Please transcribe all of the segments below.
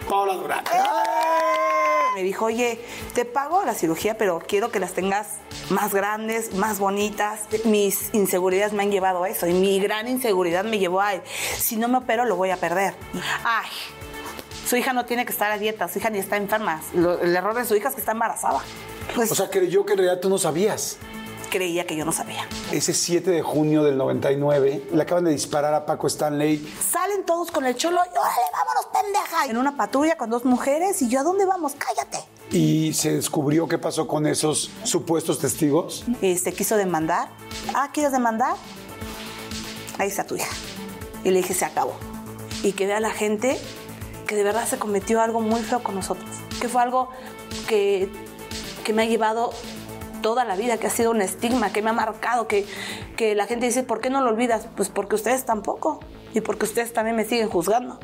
Paola Durán. Me dijo, oye, te pago la cirugía, pero quiero que las tengas más grandes, más bonitas. Mis inseguridades me han llevado a eso y mi gran inseguridad me llevó a, si no me opero, lo voy a perder. Ay, su hija no tiene que estar a dieta, su hija ni está enferma. El error de su hija es que está embarazada. Pues, O sea, creyó que en realidad tú no sabías. creía que yo no sabía. Ese 7 de junio del 99, le acaban de disparar a Paco Stanley. Salen todos con el cholo y órale, vámonos, pendeja. En una patrulla con 2 mujeres y yo, ¿a dónde vamos? Cállate. Y se descubrió qué pasó con esos supuestos testigos. Se quiso demandar. ¿Quieres demandar? Ahí está tu hija. Y le dije, se acabó. Y que vea la gente que de verdad se cometió algo muy feo con nosotros. Que fue algo que me ha llevado toda la vida, que ha sido un estigma, que me ha marcado, que la gente dice, ¿por qué no lo olvidas? Pues porque ustedes tampoco. Y porque ustedes también me siguen juzgando.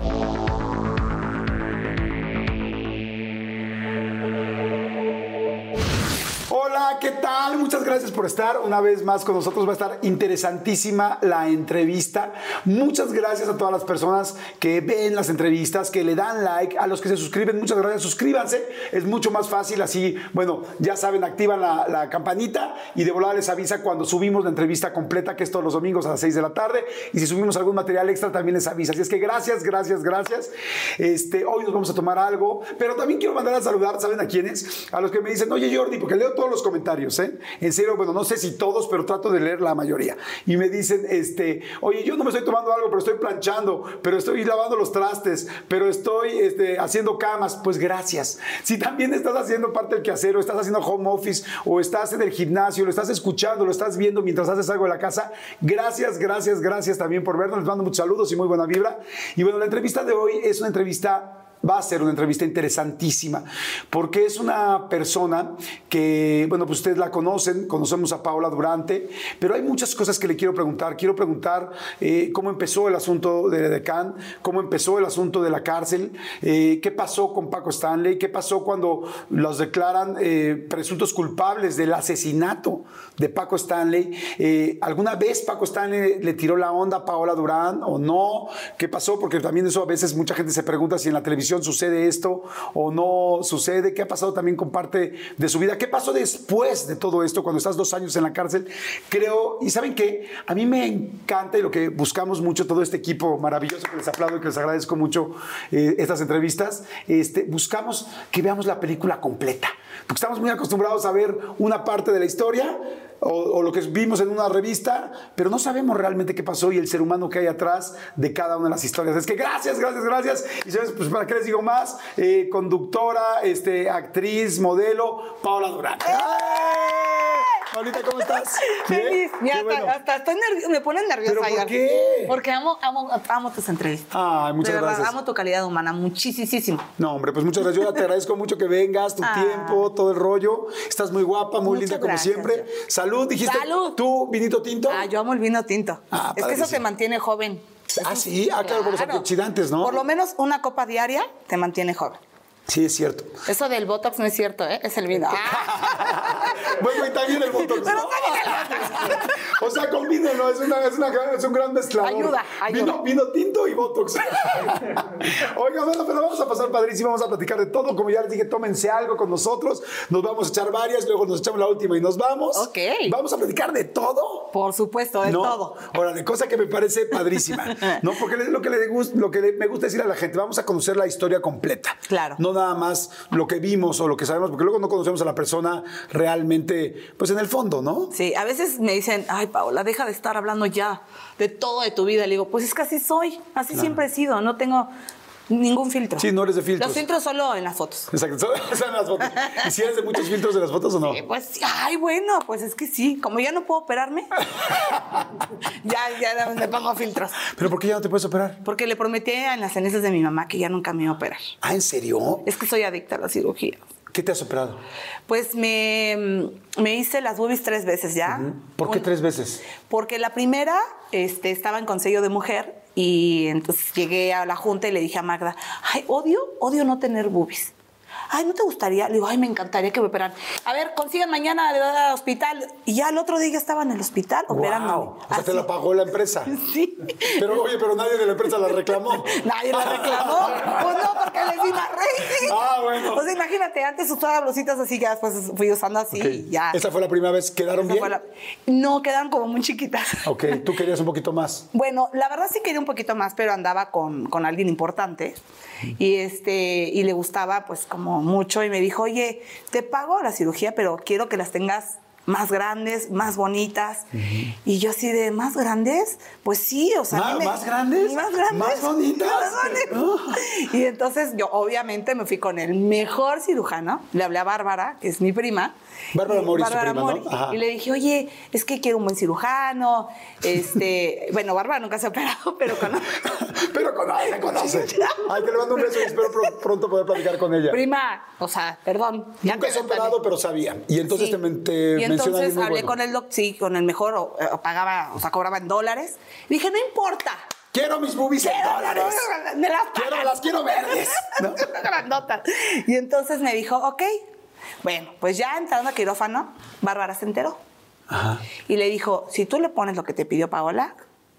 Hola, ¿qué tal? Muchas gracias por estar una vez más con nosotros. Va a estar interesantísima la entrevista. Muchas gracias a todas las personas que ven las entrevistas, que le dan like, a los que se suscriben. Muchas gracias. Suscríbanse. Es mucho más fácil así. Bueno, ya saben, activan la campanita y de volada les avisa cuando subimos la entrevista completa, que es todos los domingos a las 6 de la tarde. Y si subimos algún material extra, también les avisa. Así es que gracias. Hoy nos vamos a tomar algo, pero también quiero mandar a saludar, ¿saben a quiénes? A los que me dicen, oye, Jordi, porque leo todos los comentarios, ¿eh? En serio, bueno, no sé si todos, pero trato de leer la mayoría. Y me dicen, oye, yo no me estoy tomando algo, pero estoy planchando, pero estoy lavando los trastes, pero estoy haciendo camas. Pues gracias. Si también estás haciendo parte del quehacer, o estás haciendo home office, o estás en el gimnasio, lo estás escuchando, lo estás viendo mientras haces algo en la casa, gracias también por vernos. Les mando muchos saludos y muy buena vibra. Y bueno, la entrevista de hoy es una entrevista... Va a ser una entrevista interesantísima, porque es una persona que, bueno, pues ustedes la conocen, conocemos a Paola Durante, pero hay muchas cosas que le quiero preguntar. Quiero preguntar cómo empezó el asunto de Edecán, cómo empezó el asunto de la cárcel, qué pasó con Paco Stanley, qué pasó cuando los declaran presuntos culpables del asesinato de Paco Stanley. ¿Alguna vez Paco Stanley le tiró la onda a Paola Durán o no? ¿Qué pasó? Porque también eso a veces mucha gente se pregunta si en la televisión sucede esto o no sucede. ¿Qué ha pasado también con parte de su vida? ¿Qué pasó después de todo esto cuando estás 2 años en la cárcel? Creo, y ¿saben qué? A mí me encanta y lo que buscamos mucho, todo este equipo maravilloso que les aplaudo y que les agradezco mucho estas entrevistas, buscamos que veamos la película completa, porque estamos muy acostumbrados a ver una parte de la historia o lo que vimos en una revista, pero no sabemos realmente qué pasó y el ser humano que hay atrás de cada una de las historias. Es que gracias. Y sabes, pues para qué les digo más, conductora, actriz, modelo, Paola Durán. Paulita, ¿cómo estás? Feliz. Hasta estoy nerviosa, me ponen nerviosa. ¿Pero por qué? Porque amo tus entrevistas. Ay, muchas gracias. Amo tu calidad humana, muchísimo. No, hombre, pues muchas gracias. Yo te agradezco mucho que vengas, tu tiempo, todo el rollo. Estás muy guapa, muy linda como siempre. Salud, dijiste. Salud. ¿Tú, vinito tinto? Yo amo el vino tinto. Es que eso te mantiene joven. Sí, claro, por los antioxidantes, ¿no? Por lo menos una copa diaria te mantiene joven. Sí, es cierto. Eso del Botox no es cierto, ¿eh? Es el vino. Bueno, y también el Botox. Pero también el Botox. O sea, combínenlo, es un gran mezclador. Ayuda. Vino tinto y Botox. Oiga, bueno, pero vamos a pasar padrísimo, vamos a platicar de todo. Como ya les dije, tómense algo con nosotros. Nos vamos a echar varias, luego nos echamos la última y nos vamos. Ok. Vamos a platicar de todo. Por supuesto, de todo. Órale, cosa que me parece padrísima. No, porque lo que me gusta decir a la gente, vamos a conocer la historia completa. Claro. No nada más lo que vimos o lo que sabemos, porque luego no conocemos a la persona realmente, pues en el fondo, ¿no? Sí, a veces me dicen, ay, Paola, deja de estar hablando ya de todo de tu vida. Le digo, pues es que así soy, así siempre he sido, no tengo ningún filtro. Sí, no eres de filtros. Los filtros solo en las fotos. Exacto, solo en las fotos. ¿Y si eres de muchos filtros de las fotos o no? Pues, bueno, pues es que sí. Como ya no puedo operarme, ya me pongo filtros. ¿Pero por qué ya no te puedes operar? Porque le prometí en las cenizas de mi mamá que ya nunca me iba a operar. ¿Ah, en serio? Es que soy adicta a la cirugía. ¿Qué te has operado? Pues me hice las boobies 3 veces ya. ¿Por qué 3 veces? Porque la primera estaba en consejo de mujer y entonces llegué a la junta y le dije a Magda, ay, odio no tener boobies. ay, ¿no te gustaría? Le digo, ay, me encantaría que me operaran. A ver, consigan mañana al hospital. Y ya el otro día ya estaba en el hospital operándome. O sea, te la pagó la empresa. Sí. Pero oye, pero nadie de la empresa la reclamó. Nadie la reclamó. Pues no, porque les di más rating. Ah, bueno. O sea, imagínate, antes usaba blusitas así, ya después fui usando así y ya. ¿Esa fue la primera vez? ¿Quedaron bien? No, quedaron como muy chiquitas. Ok, ¿tú querías un poquito más? Bueno, la verdad sí quería un poquito más, pero andaba con alguien importante y le gustaba pues como mucho y me dijo, oye, te pago la cirugía, pero quiero que las tengas más grandes, más bonitas. Y yo así de, ¿más grandes? Pues sí, o sea... ¿Más grandes? Más grandes. ¿Más bonitas? Más bonitas. Y entonces yo obviamente me fui con el mejor cirujano. Le hablé a Bárbara, que es mi prima. Bárbara Mori, su prima, Mori, ¿no? Ajá. Y le dije, oye, es que quiero un buen cirujano. Bueno, Bárbara nunca se ha operado, pero conoce. Pero conoce. Ay, que le mando un beso y espero pronto poder platicar con ella. Prima, o sea, perdón. Nunca se ha operado, pero sabía. Y entonces sí. Y entonces hablé con el doctor, sí, con el mejor, pagaba, o sea, cobraba en dólares. Y dije, no importa. Quiero mis boobies en dólares. Las quiero verdes. ¿No? Grandotas. Y entonces me dijo, ok. Bueno, pues ya entrando a quirófano, Bárbara se enteró. Ajá. Y le dijo, si tú le pones lo que te pidió Paola,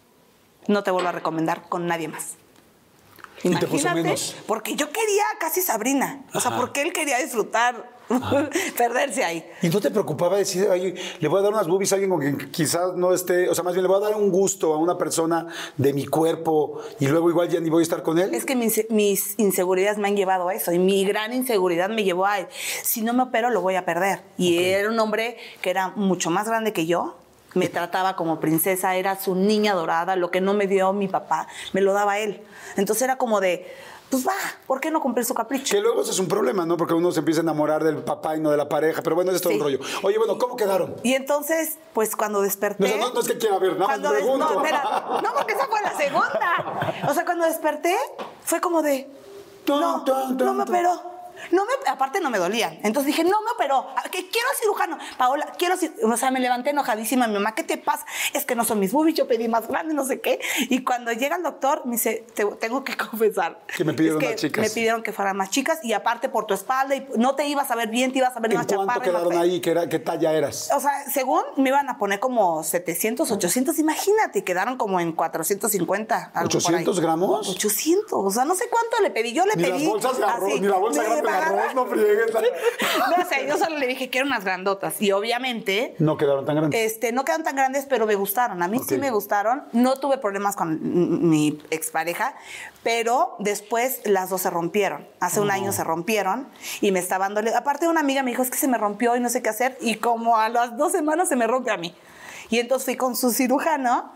no te vuelvo a recomendar con nadie más. Imagínate, y te puso menos. Porque yo quería casi Sabrina. O sea, porque él quería disfrutar, perderse ahí. ¿Y no te preocupaba decir, oye, le voy a dar unas boobies a alguien con quien quizás no esté, o sea, más bien le voy a dar un gusto a una persona de mi cuerpo y luego igual ya ni voy a estar con él? Es que mis inseguridades me han llevado a eso y mi gran inseguridad me llevó a él. Si no me opero, lo voy a perder. Y era un hombre que era mucho más grande que yo. Me trataba como princesa, era su niña dorada. Lo que no me dio mi papá, me lo daba él. Entonces era como de, pues va, ¿por qué no cumplir su capricho? Que luego eso es un problema, ¿no? Porque uno se empieza a enamorar del papá y no de la pareja. Pero bueno, eso es todo un rollo. Oye, bueno, ¿cómo quedaron? Y entonces, pues cuando desperté... No es que quiera ver, nada más pregunto. No, espera, no, porque esa fue la segunda. O sea, cuando desperté, fue como de, no me operó. Aparte no me dolían. Entonces dije, no me operó. Que quiero cirujano. Paola, o sea, me levanté enojadísima. Mi mamá, ¿qué te pasa? Es que no son mis boobies, yo pedí más grande, no sé qué. Y cuando llega el doctor, me dice, tengo que confesar. Que me pidieron más chicas. Me pidieron que fueran más chicas y aparte por tu espalda y no te ibas a ver bien, te ibas a ver más chaparra. ¿Cuánto quedaron ahí? ¿Qué talla eras? O sea, según me iban a poner como 700, 800, imagínate, quedaron como en 450. ¿800 gramos? 800, o sea, no sé cuánto le pedí. Yo le pedí. Las bolsas de arroz, ni la bolsa grande de arroz, no friegues. No, o sea, yo solo le dije que eran unas grandotas y obviamente... No quedaron tan grandes. No quedaron tan grandes, pero me gustaron. A mí sí me gustaron. No tuve problemas con mi expareja, pero después las dos se rompieron. Hace un año se rompieron y me estaban doliendo. Aparte una amiga me dijo, es que se me rompió y no sé qué hacer. Y como a las 2 semanas se me rompe a mí. Y entonces fui con su cirujano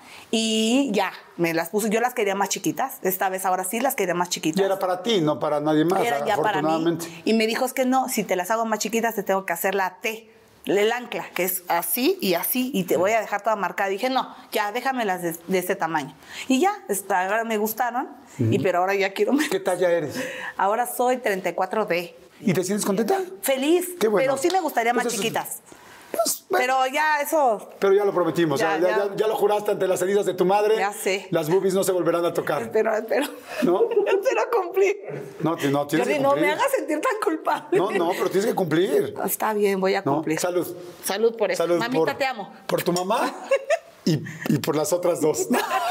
y ya, me las puso. Yo las quería más chiquitas. Esta vez, ahora sí, las quería más chiquitas. Y era para ti, no para nadie más, era ya afortunadamente. Para mí. Y me dijo, es que no, si te las hago más chiquitas, te tengo que hacer la T, el ancla, que es así, y te voy a dejar toda marcada. Y dije, no, ya, déjamelas de este tamaño. Y ya, ahora me gustaron, pero ahora ya quiero más. ¿Qué talla eres? Ahora soy 34D. ¿Y te sientes contenta? Feliz. Qué bueno. Pero sí me gustaría más chiquitas. Pues, pero ya eso... Pero ya lo prometimos, ya lo juraste ante las cenizas de tu madre. Ya sé. Las boobies no se volverán a tocar. Espero. ¿No? Espero cumplir. No, tienes que cumplir. No me hagas sentir tan culpable. No, pero tienes que cumplir. Está bien, voy a cumplir. Salud. Salud por eso. Salud. Mamita, te amo. Por tu mamá y por las otras dos.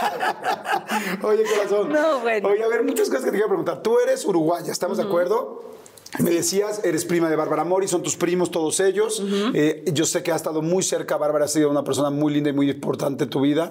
Oye, corazón. No, bueno. Oye, a ver, muchas cosas que te quiero preguntar. Tú eres uruguaya, ¿estamos de acuerdo? Me decías, eres prima de Bárbara Mori, son tus primos todos ellos. Yo sé que ha estado muy cerca, Bárbara ha sido una persona muy linda y muy importante en tu vida.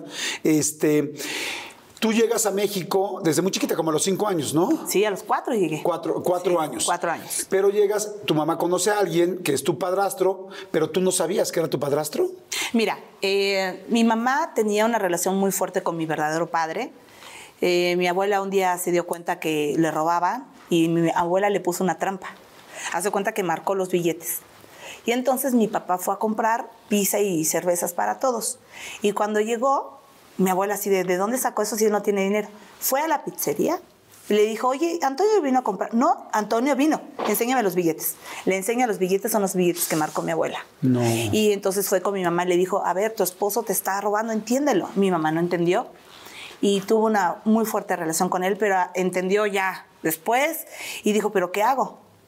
Tú llegas a México desde muy chiquita, como a los 5 años, ¿no? Sí, a los 4 llegué. 4 años. 4 años. Pero llegas, tu mamá conoce a alguien que es tu padrastro, pero tú no sabías que era tu padrastro. Mira, mi mamá tenía una relación muy fuerte con mi verdadero padre. Mi abuela un día se dio cuenta que le robaban y mi abuela le puso una trampa. Hace cuenta que marcó los billetes. Y entonces mi papá fue a comprar pizza y cervezas para todos. Y cuando llegó, mi abuela así ¿de dónde sacó eso si él no tiene dinero? Fue a la pizzería y le dijo, oye, Antonio vino a comprar. No, Antonio vino, enséñame los billetes. Le enseña los billetes, son los billetes que marcó mi abuela. No. Y entonces fue con mi mamá y le dijo, a ver, tu esposo te está robando, entiéndelo. Mi mamá no entendió. Y tuvo una muy fuerte relación con él, pero entendió ya después y dijo, ¿pero qué hago?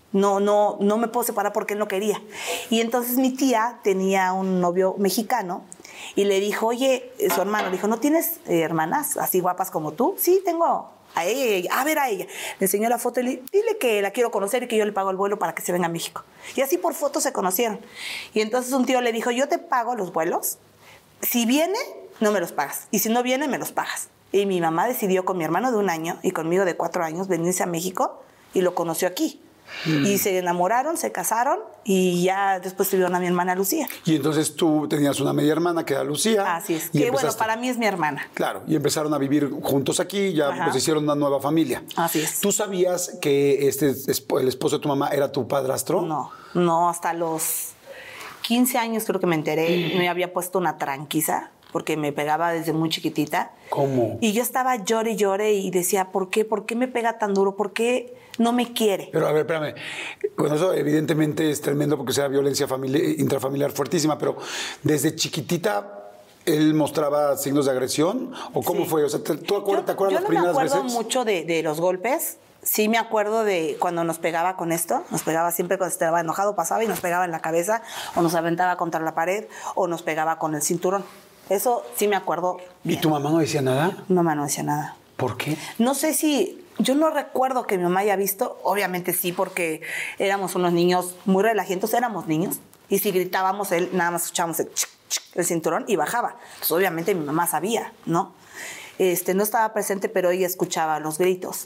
No me puedo separar porque él no quería. Y entonces mi tía tenía un novio mexicano y le dijo, oye, su hermano, le dijo, ¿no tienes hermanas así guapas como tú? Sí, tengo a ella, a ver a ella. Le enseñó la foto y le dile que la quiero conocer y que yo le pago el vuelo para que se venga a México. Y así por foto se conocieron. Y entonces un tío le dijo, yo te pago los vuelos. Si viene, no me los pagas. Y si no viene, me los pagas. Y mi mamá decidió con mi hermano de 1 año y conmigo de 4 años venirse a México y lo conoció aquí. Y se enamoraron, se casaron y ya después tuvieron a mi hermana Lucía. Y entonces tú tenías una media hermana que era Lucía. Así es. Y Que bueno, para mí es mi hermana. Claro, y empezaron a vivir juntos aquí, ya pues hicieron una nueva familia. Así es. ¿Tú sabías que el esposo de tu mamá era tu padrastro? No, hasta los 15 años creo que me enteré. Me había puesto una tranquiza porque me pegaba desde muy chiquitita. ¿Cómo? Y yo estaba llore y llore y decía, ¿por qué? ¿Por qué me pega tan duro? ¿Por qué no me quiere? Pero a ver, espérame. Bueno, eso evidentemente es tremendo porque sea violencia intrafamiliar fuertísima, pero desde chiquitita él mostraba signos de agresión ¿o cómo fue? O sea, ¿te acuerdas las primeras veces? Yo no me acuerdo mucho de los golpes. Sí me acuerdo de cuando nos pegaba con esto. Nos pegaba siempre cuando estaba enojado, pasaba y nos pegaba en la cabeza o nos aventaba contra la pared o nos pegaba con el cinturón. Eso sí me acuerdo bien. ¿Y tu mamá no decía nada? Mi mamá no decía nada. ¿Por qué? No sé si... Yo no recuerdo que mi mamá haya visto. Obviamente sí, porque éramos unos niños muy relajientos. Éramos niños. Y si gritábamos, él nada más escuchábamos el cinturón y bajaba. Entonces, obviamente mi mamá sabía, ¿no? No estaba presente, pero ella escuchaba los gritos.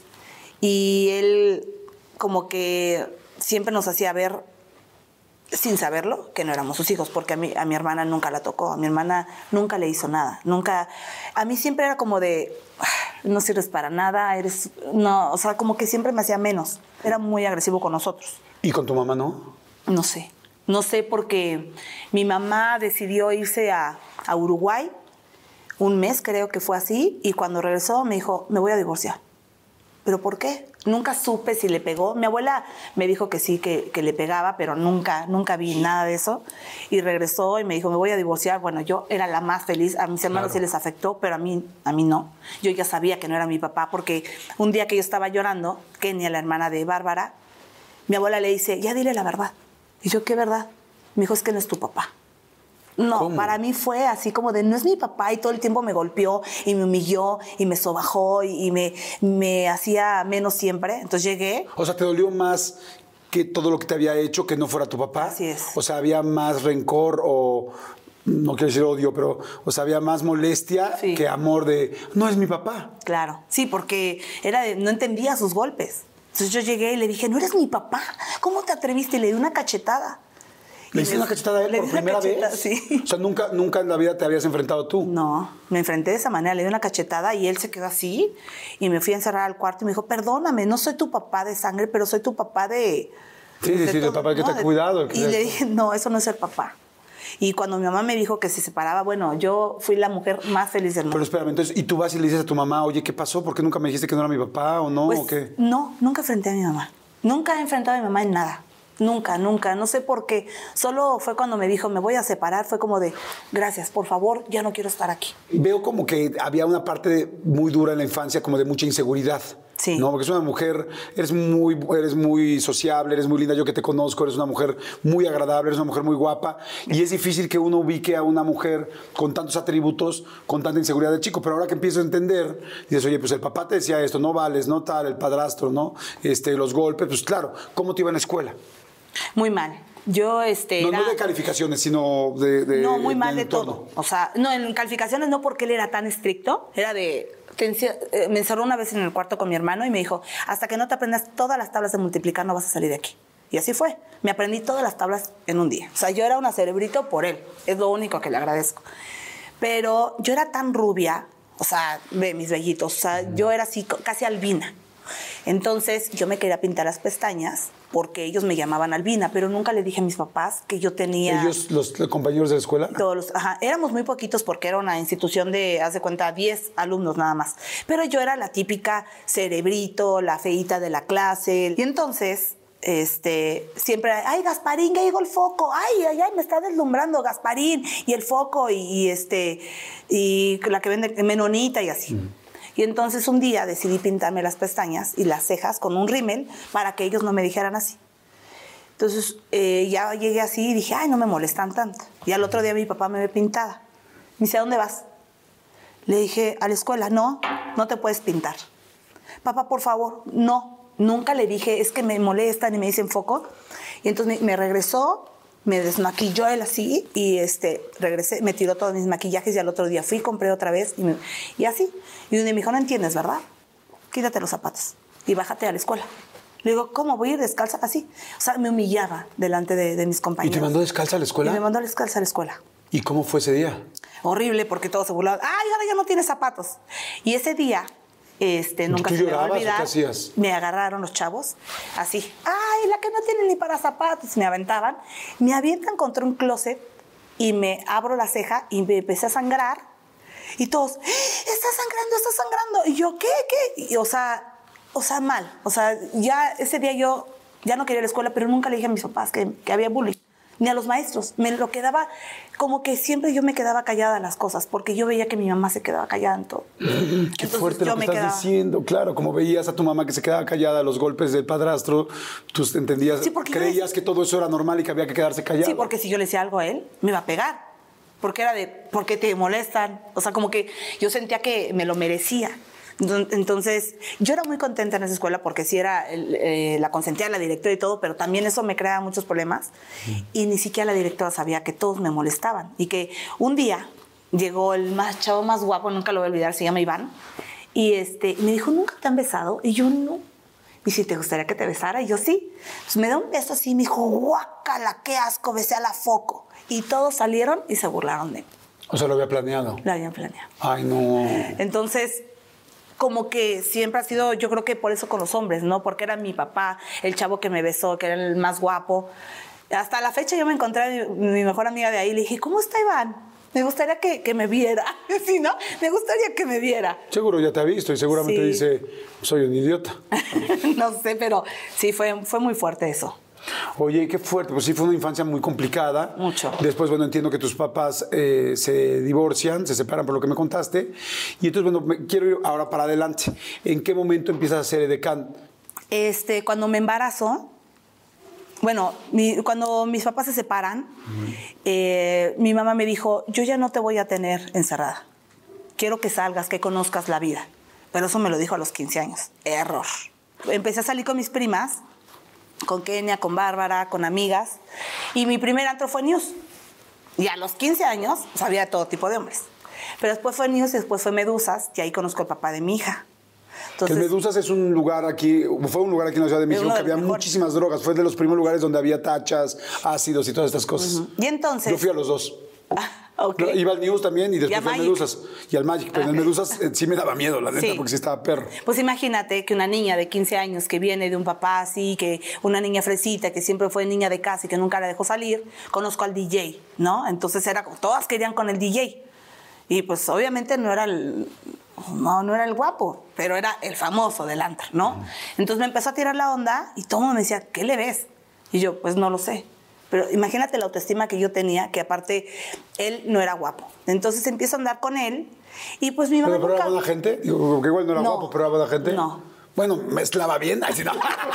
Y él como que siempre nos hacía ver, sin saberlo, que no éramos sus hijos, porque a mi hermana nunca la tocó, a mi hermana nunca le hizo nada, nunca. A mí siempre era como de, no sirves para nada, no, o sea, como que siempre me hacía menos, era muy agresivo con nosotros. ¿Y con tu mamá no? No sé porque mi mamá decidió irse a Uruguay, 1 mes creo que fue así, y cuando regresó me dijo, me voy a divorciar. ¿Pero por qué? Nunca supe si le pegó. Mi abuela me dijo que sí, que le pegaba, pero nunca vi nada de eso. Y regresó y me dijo, me voy a divorciar. Bueno, yo era la más feliz. A mis hermanos sí les afectó, pero a mí no. Yo ya sabía que no era mi papá, porque un día que yo estaba llorando, Kenia, la hermana de Bárbara, mi abuela le dice, ya dile la verdad. Y yo, ¿qué verdad? Me dijo, es que no es tu papá. No, ¿cómo? Para mí fue así como de, no es mi papá, y todo el tiempo me golpeó y me humilló y me sobajó y me hacía menos siempre. Entonces llegué. O sea, ¿te dolió más que todo lo que te había hecho que no fuera tu papá? Así es. O sea, había más rencor o, no quiero decir odio, pero, o sea, había más molestia que amor de, no es mi papá. Claro, sí, porque no entendía sus golpes. Entonces yo llegué y le dije, no eres mi papá, ¿cómo te atreviste? Y le di una cachetada. ¿Le hiciste una cachetada a él por primera vez? Sí. O sea, ¿nunca en la vida te habías enfrentado tú? No, me enfrenté de esa manera, le di una cachetada y él se quedó así y me fui a encerrar al cuarto y me dijo, perdóname, no soy tu papá de sangre, pero soy tu papá de... Sí, el papá que te ha cuidado. Y le dije, no, eso no es el papá. Y cuando mi mamá me dijo que se separaba, bueno, yo fui la mujer más feliz del mundo. Pero espérame, entonces, ¿y tú vas y le dices a tu mamá, oye, ¿qué pasó? ¿Por qué nunca me dijiste que no era mi papá o no? Pues, ¿o qué? No, nunca enfrenté a mi mamá. Nunca he enfrentado a mi mamá en nada. Nunca. No sé por qué. Solo fue cuando me dijo, me voy a separar, fue como de, gracias, por favor, ya no quiero estar aquí. Veo como que había una parte muy dura en la infancia, como de mucha inseguridad. Sí. ¿No? Porque es una mujer, eres muy sociable, eres muy linda, yo que te conozco, eres una mujer muy agradable, eres una mujer muy guapa. Y es difícil que uno ubique a una mujer con tantos atributos, con tanta inseguridad de chico. Pero ahora que empiezo a entender, dices, oye, pues el papá te decía esto, no vales, no tal, el padrastro, ¿no? Los golpes, pues claro, ¿cómo te iba en la escuela? Muy mal. Yo, no de calificaciones, sino de no, muy mal de entorno. todo. O sea, no, en calificaciones no porque él era tan estricto, era de... me encerró una vez en el cuarto con mi hermano y me dijo, hasta que no te aprendas todas las tablas de multiplicar no vas a salir de aquí. Y así fue. Me aprendí todas las tablas en un día. O sea, yo era una cerebrito por él. Es lo único que le agradezco. Pero yo era tan rubia, o sea, ve mis vellitos, o sea, yo era así casi albina. Entonces yo me quería pintar las pestañas porque ellos me llamaban albina, pero nunca le dije a mis papás que yo tenía... ¿Ellos, los compañeros de la escuela? Todos éramos muy poquitos porque era una institución de, haz de cuenta, 10 alumnos nada más. Pero yo era la típica cerebrito, la feíta de la clase. Y entonces... siempre, ay, Gasparín, que llegó el foco, ay, me está deslumbrando Gasparín, y el foco, y la que vende Menonita y así. Y entonces un día decidí pintarme las pestañas y las cejas con un rímel para que ellos no me dijeran así. Entonces ya llegué así y dije, ay, no me molestan tanto. Y al otro día mi papá me ve pintada. Me dice, ¿a dónde vas? Le dije, a la escuela. No, no te puedes pintar. Papá, por favor, no. Nunca le dije, es que me molestan y me dicen foco. Y entonces me regresó, me desmaquilló él así y regresé, me tiró todos mis maquillajes y al otro día fui, compré otra vez y así. Y un día me dijo, no entiendes, ¿verdad? Quítate los zapatos y bájate a la escuela. Le digo, ¿cómo voy a ir descalza así? O sea, me humillaba delante de mis compañeros. ¿Y te mandó descalza a la escuela? Y me mandó descalza a la escuela. ¿Y cómo fue ese día? Horrible, porque todos se burlaban. ¡Ay, ahora ya no tienes zapatos! Y ese día, nunca se me va a olvidar. ¿Qué hacías? Me agarraron los chavos, así. ¡Ay, la que no tiene ni para zapatos! Me aventaban. Me avientan contra un closet y me abro la ceja y me empecé a sangrar. Y todos, ¡está sangrando, está sangrando! Y yo, ¿qué? Y, o sea, mal. O sea, ya ese día yo ya no quería ir a la escuela, pero nunca le dije a mis papás que había bullying, ni a los maestros. Me lo quedaba, como que siempre yo me quedaba callada en las cosas, porque yo veía que mi mamá se quedaba callada en todo. Qué Entonces, fuerte lo que estás diciendo. Claro, como veías a tu mamá que se quedaba callada a los golpes del padrastro, tú entendías, sí, creías que todo eso era normal y que había que quedarse callada. Sí, porque si yo le decía algo a él, me iba a pegar. Porque era de, ¿por qué te molestan? O sea, como que yo sentía que me lo merecía. Entonces, yo era muy contenta en esa escuela porque sí era la consentía de la directora y todo, pero también eso me creaba muchos problemas. Y ni siquiera la directora sabía que todos me molestaban. Y que un día llegó el chavo más guapo, nunca lo voy a olvidar, se llama Iván, y me dijo, ¿nunca te han besado? Y yo, no. Y si te gustaría que te besara, y yo sí. Pues me da un beso así y me dijo, guácala, qué asco, besé a la foco. Y todos salieron y se burlaron de mí. O sea, lo había planeado. Lo habían planeado. Ay, no. Entonces, como que siempre ha sido, yo creo que por eso con los hombres, ¿no? Porque era mi papá, el chavo que me besó, que era el más guapo. Hasta la fecha yo me encontré a mi mejor amiga de ahí y le dije, ¿cómo está Iván? Me gustaría que me viera. Sí, ¿no? Me gustaría que me viera. Seguro ya te ha visto y seguramente sí. Dice, soy un idiota. No sé, pero sí, fue muy fuerte eso. Oye, qué fuerte, pues sí fue una infancia muy complicada. Mucho. Después, bueno, entiendo que tus papás se divorcian, se separan por lo que me contaste. Y entonces, bueno, quiero ir ahora para adelante. ¿En qué momento empiezas a ser edecán? Cuando me embarazo, bueno, cuando mis papás se separan, mi mamá me dijo, yo ya no te voy a tener encerrada. Quiero que salgas, que conozcas la vida. Pero eso me lo dijo a los 15 años. Error. Empecé a salir con mis primas, con Kenia, con Bárbara, con amigas. Y mi primer antro fue News. Y a los 15 años sabía de todo tipo de hombres. Pero después fue News y después fue Medusas, y ahí conozco al papá de mi hija. Entonces, que Medusas es un lugar aquí, fue un lugar aquí en la Ciudad de México que había muchísimas drogas. Fue de los primeros lugares donde había tachas, ácidos y todas estas cosas. Y entonces... Yo fui a los dos. Okay. Iba al News también y después fue al Medusas. Y al Magic. Pero en el Medusas sí me daba miedo, la neta, porque sí estaba perro. Pues imagínate que una niña de 15 años que viene de un papá así, que una niña fresita, que siempre fue niña de casa y que nunca la dejó salir, conozco al DJ, ¿no? Entonces todas querían con el DJ. Y pues obviamente no era el guapo, pero era el famoso del antro, ¿no? Entonces me empezó a tirar la onda y todo el mundo me decía, ¿qué le ves? Y yo, pues no lo sé. Pero imagínate la autoestima que yo tenía, que aparte él no era guapo. Entonces empiezo a andar con él y pues mi mamá ¿Pero era buena gente? Digo, que igual no era guapo, pero era buena gente. No. Bueno, mezclaba bien. Así no.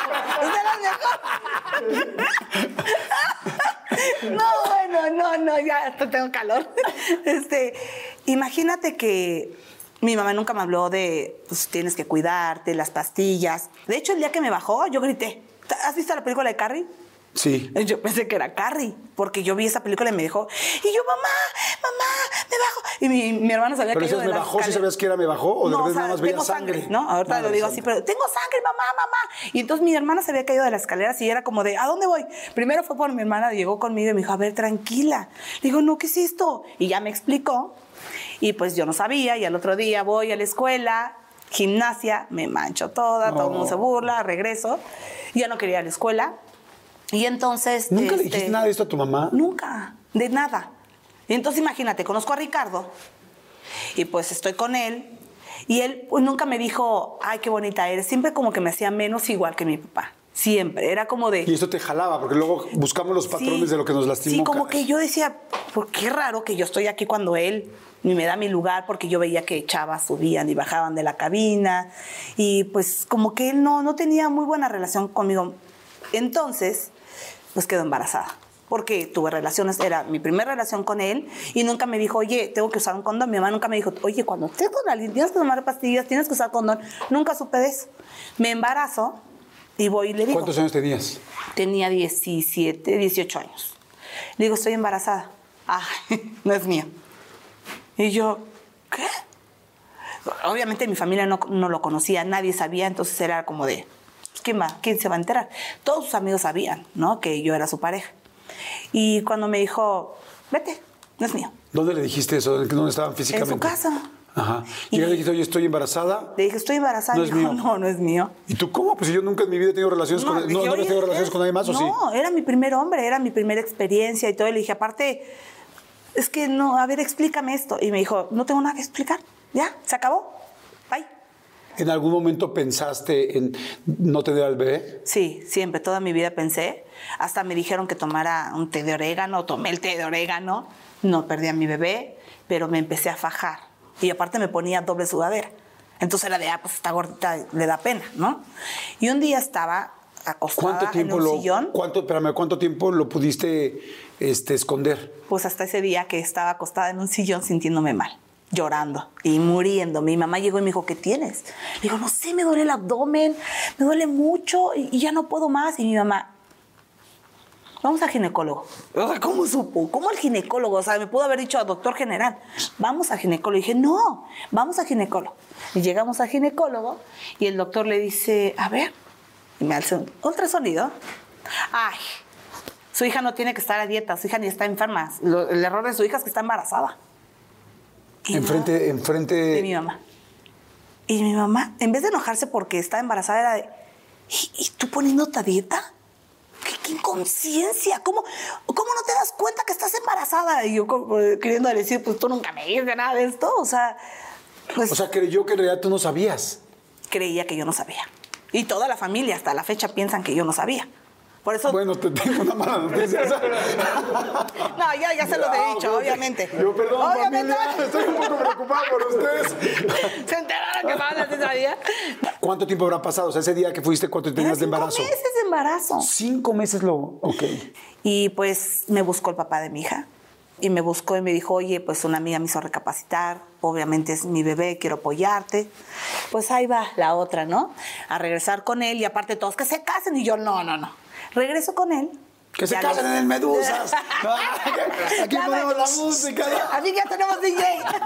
No, ya hasta tengo calor. Imagínate que mi mamá nunca me habló de, pues tienes que cuidarte, las pastillas. De hecho, el día que me bajó, yo grité. ¿Has visto la película de Carrie? Sí. Yo pensé que era Carrie, porque yo vi esa película y me dijo, y yo, mamá, me bajo. Y mi hermano sabía pero que yo ¿me bajó? ¿Sí sabías que era me bajó? ¿O de repente nada más veía sangre? ¿No? Ahorita lo digo así, pero tengo sangre, mamá. Y entonces mi hermana se había caído de las escaleras y era como de, ¿a dónde voy? Primero fue por mi hermana, llegó conmigo y me dijo, a ver, tranquila. Le digo, no, ¿qué es esto? Y ya me explicó. Y pues yo no sabía, y al otro día voy a la escuela, gimnasia, me mancho toda, todo el mundo se burla, regreso. Y ya no quería ir a la escuela. Y entonces... ¿Nunca le dijiste nada de esto a tu mamá? Nunca, de nada. Y entonces imagínate, conozco a Ricardo y pues estoy con él y él pues, nunca me dijo, ay, qué bonita eres. Siempre como que me hacía menos igual que mi papá. Siempre, era como de... Y esto te jalaba, porque luego buscamos los patrones de lo que nos lastimó. Sí, como que yo decía, ¿por qué raro que yo estoy aquí cuando él ni me da mi lugar? Porque yo veía que chavas subían y bajaban de la cabina y pues como que él no tenía muy buena relación conmigo. Entonces... pues quedó embarazada. Porque tuve relaciones, era mi primera relación con él y nunca me dijo, oye, tengo que usar un condón. Mi mamá nunca me dijo, oye, cuando estés con alguien tienes que tomar pastillas, tienes que usar condón. Nunca supe de eso. Me embarazo y voy y le digo. ¿Cuántos años tenías? Tenía 17, 18 años. Le digo, estoy embarazada. Ay, no es mío. Y yo, ¿qué? Obviamente mi familia no lo conocía, nadie sabía, entonces era como de, ¿quién se va a enterar? Todos sus amigos sabían, ¿no? Que yo era su pareja. Y cuando me dijo, vete, no es mío. ¿Dónde le dijiste eso? ¿Dónde estaban físicamente? En su casa. Ajá. Y le dijiste, oye, estoy embarazada. Le dije, estoy embarazada. No y es dijo, mío. no es mío. ¿Y tú cómo? Pues yo nunca en mi vida he tenido relaciones con... Dije, ¿No habías tenido relaciones con nadie más o sí? No, era mi primer hombre, era mi primera experiencia y todo. Y le dije, aparte, es que no, a ver, explícame esto. Y me dijo, no tengo nada que explicar. Ya, se acabó. Bye. ¿En algún momento pensaste en no tener al bebé? Sí, siempre, toda mi vida pensé. Hasta me dijeron que tomara un té de orégano, tomé el té de orégano, no perdí a mi bebé, pero me empecé a fajar. Y aparte me ponía doble sudadera. Entonces era de, pues esta gordita le da pena, ¿no? Y un día estaba acostada en un sillón. ¿Cuánto tiempo lo pudiste esconder? Pues hasta ese día que estaba acostada en un sillón sintiéndome mal, llorando y muriendo. Mi mamá llegó y me dijo, ¿qué tienes? Le digo, no sé, me duele el abdomen, me duele mucho y ya no puedo más. Y mi mamá, vamos al ginecólogo. O sea, ¿cómo supo? ¿Cómo al ginecólogo? O sea, me pudo haber dicho al doctor general, vamos al ginecólogo. Y dije, no, vamos al ginecólogo. Y llegamos al ginecólogo y el doctor le dice, a ver, y me hace un ultrasonido. Ay, su hija no tiene que estar a dieta, su hija ni está enferma. El error de su hija es que está embarazada. Enfrente de mi mamá. Y mi mamá, en vez de enojarse porque estaba embarazada, era de, ¿y tú poniéndote a dieta? ¿Qué inconsciencia? ¿Cómo no te das cuenta que estás embarazada? Y yo queriendo decir, pues tú nunca me dices nada de esto. O sea, pues... O sea, creyó que en realidad tú no sabías. Creía que yo no sabía. Y toda la familia hasta la fecha piensan que yo no sabía. Por eso... Bueno, te tengo una mala noticia. No, ya se los he dicho, obviamente. Yo, perdón, obviamente. Familia, estoy un poco preocupado por ustedes. ¿Se enteraron que Pablo sí sabía? ¿Cuánto tiempo habrá pasado? O sea, ese día que fuiste, ¿cuánto tenías de embarazo? 5 meses de embarazo. 5 meses Ok. Y pues me buscó el papá de mi hija. Y me buscó y me dijo, oye, pues una amiga me hizo recapacitar. Obviamente es mi bebé, quiero apoyarte. Pues ahí va la otra, ¿no? A regresar con él y aparte todos que se casen. Y yo, no. Regreso con él. Que se casen en el Medusas. Aquí ponemos la música. Así ya tenemos DJ.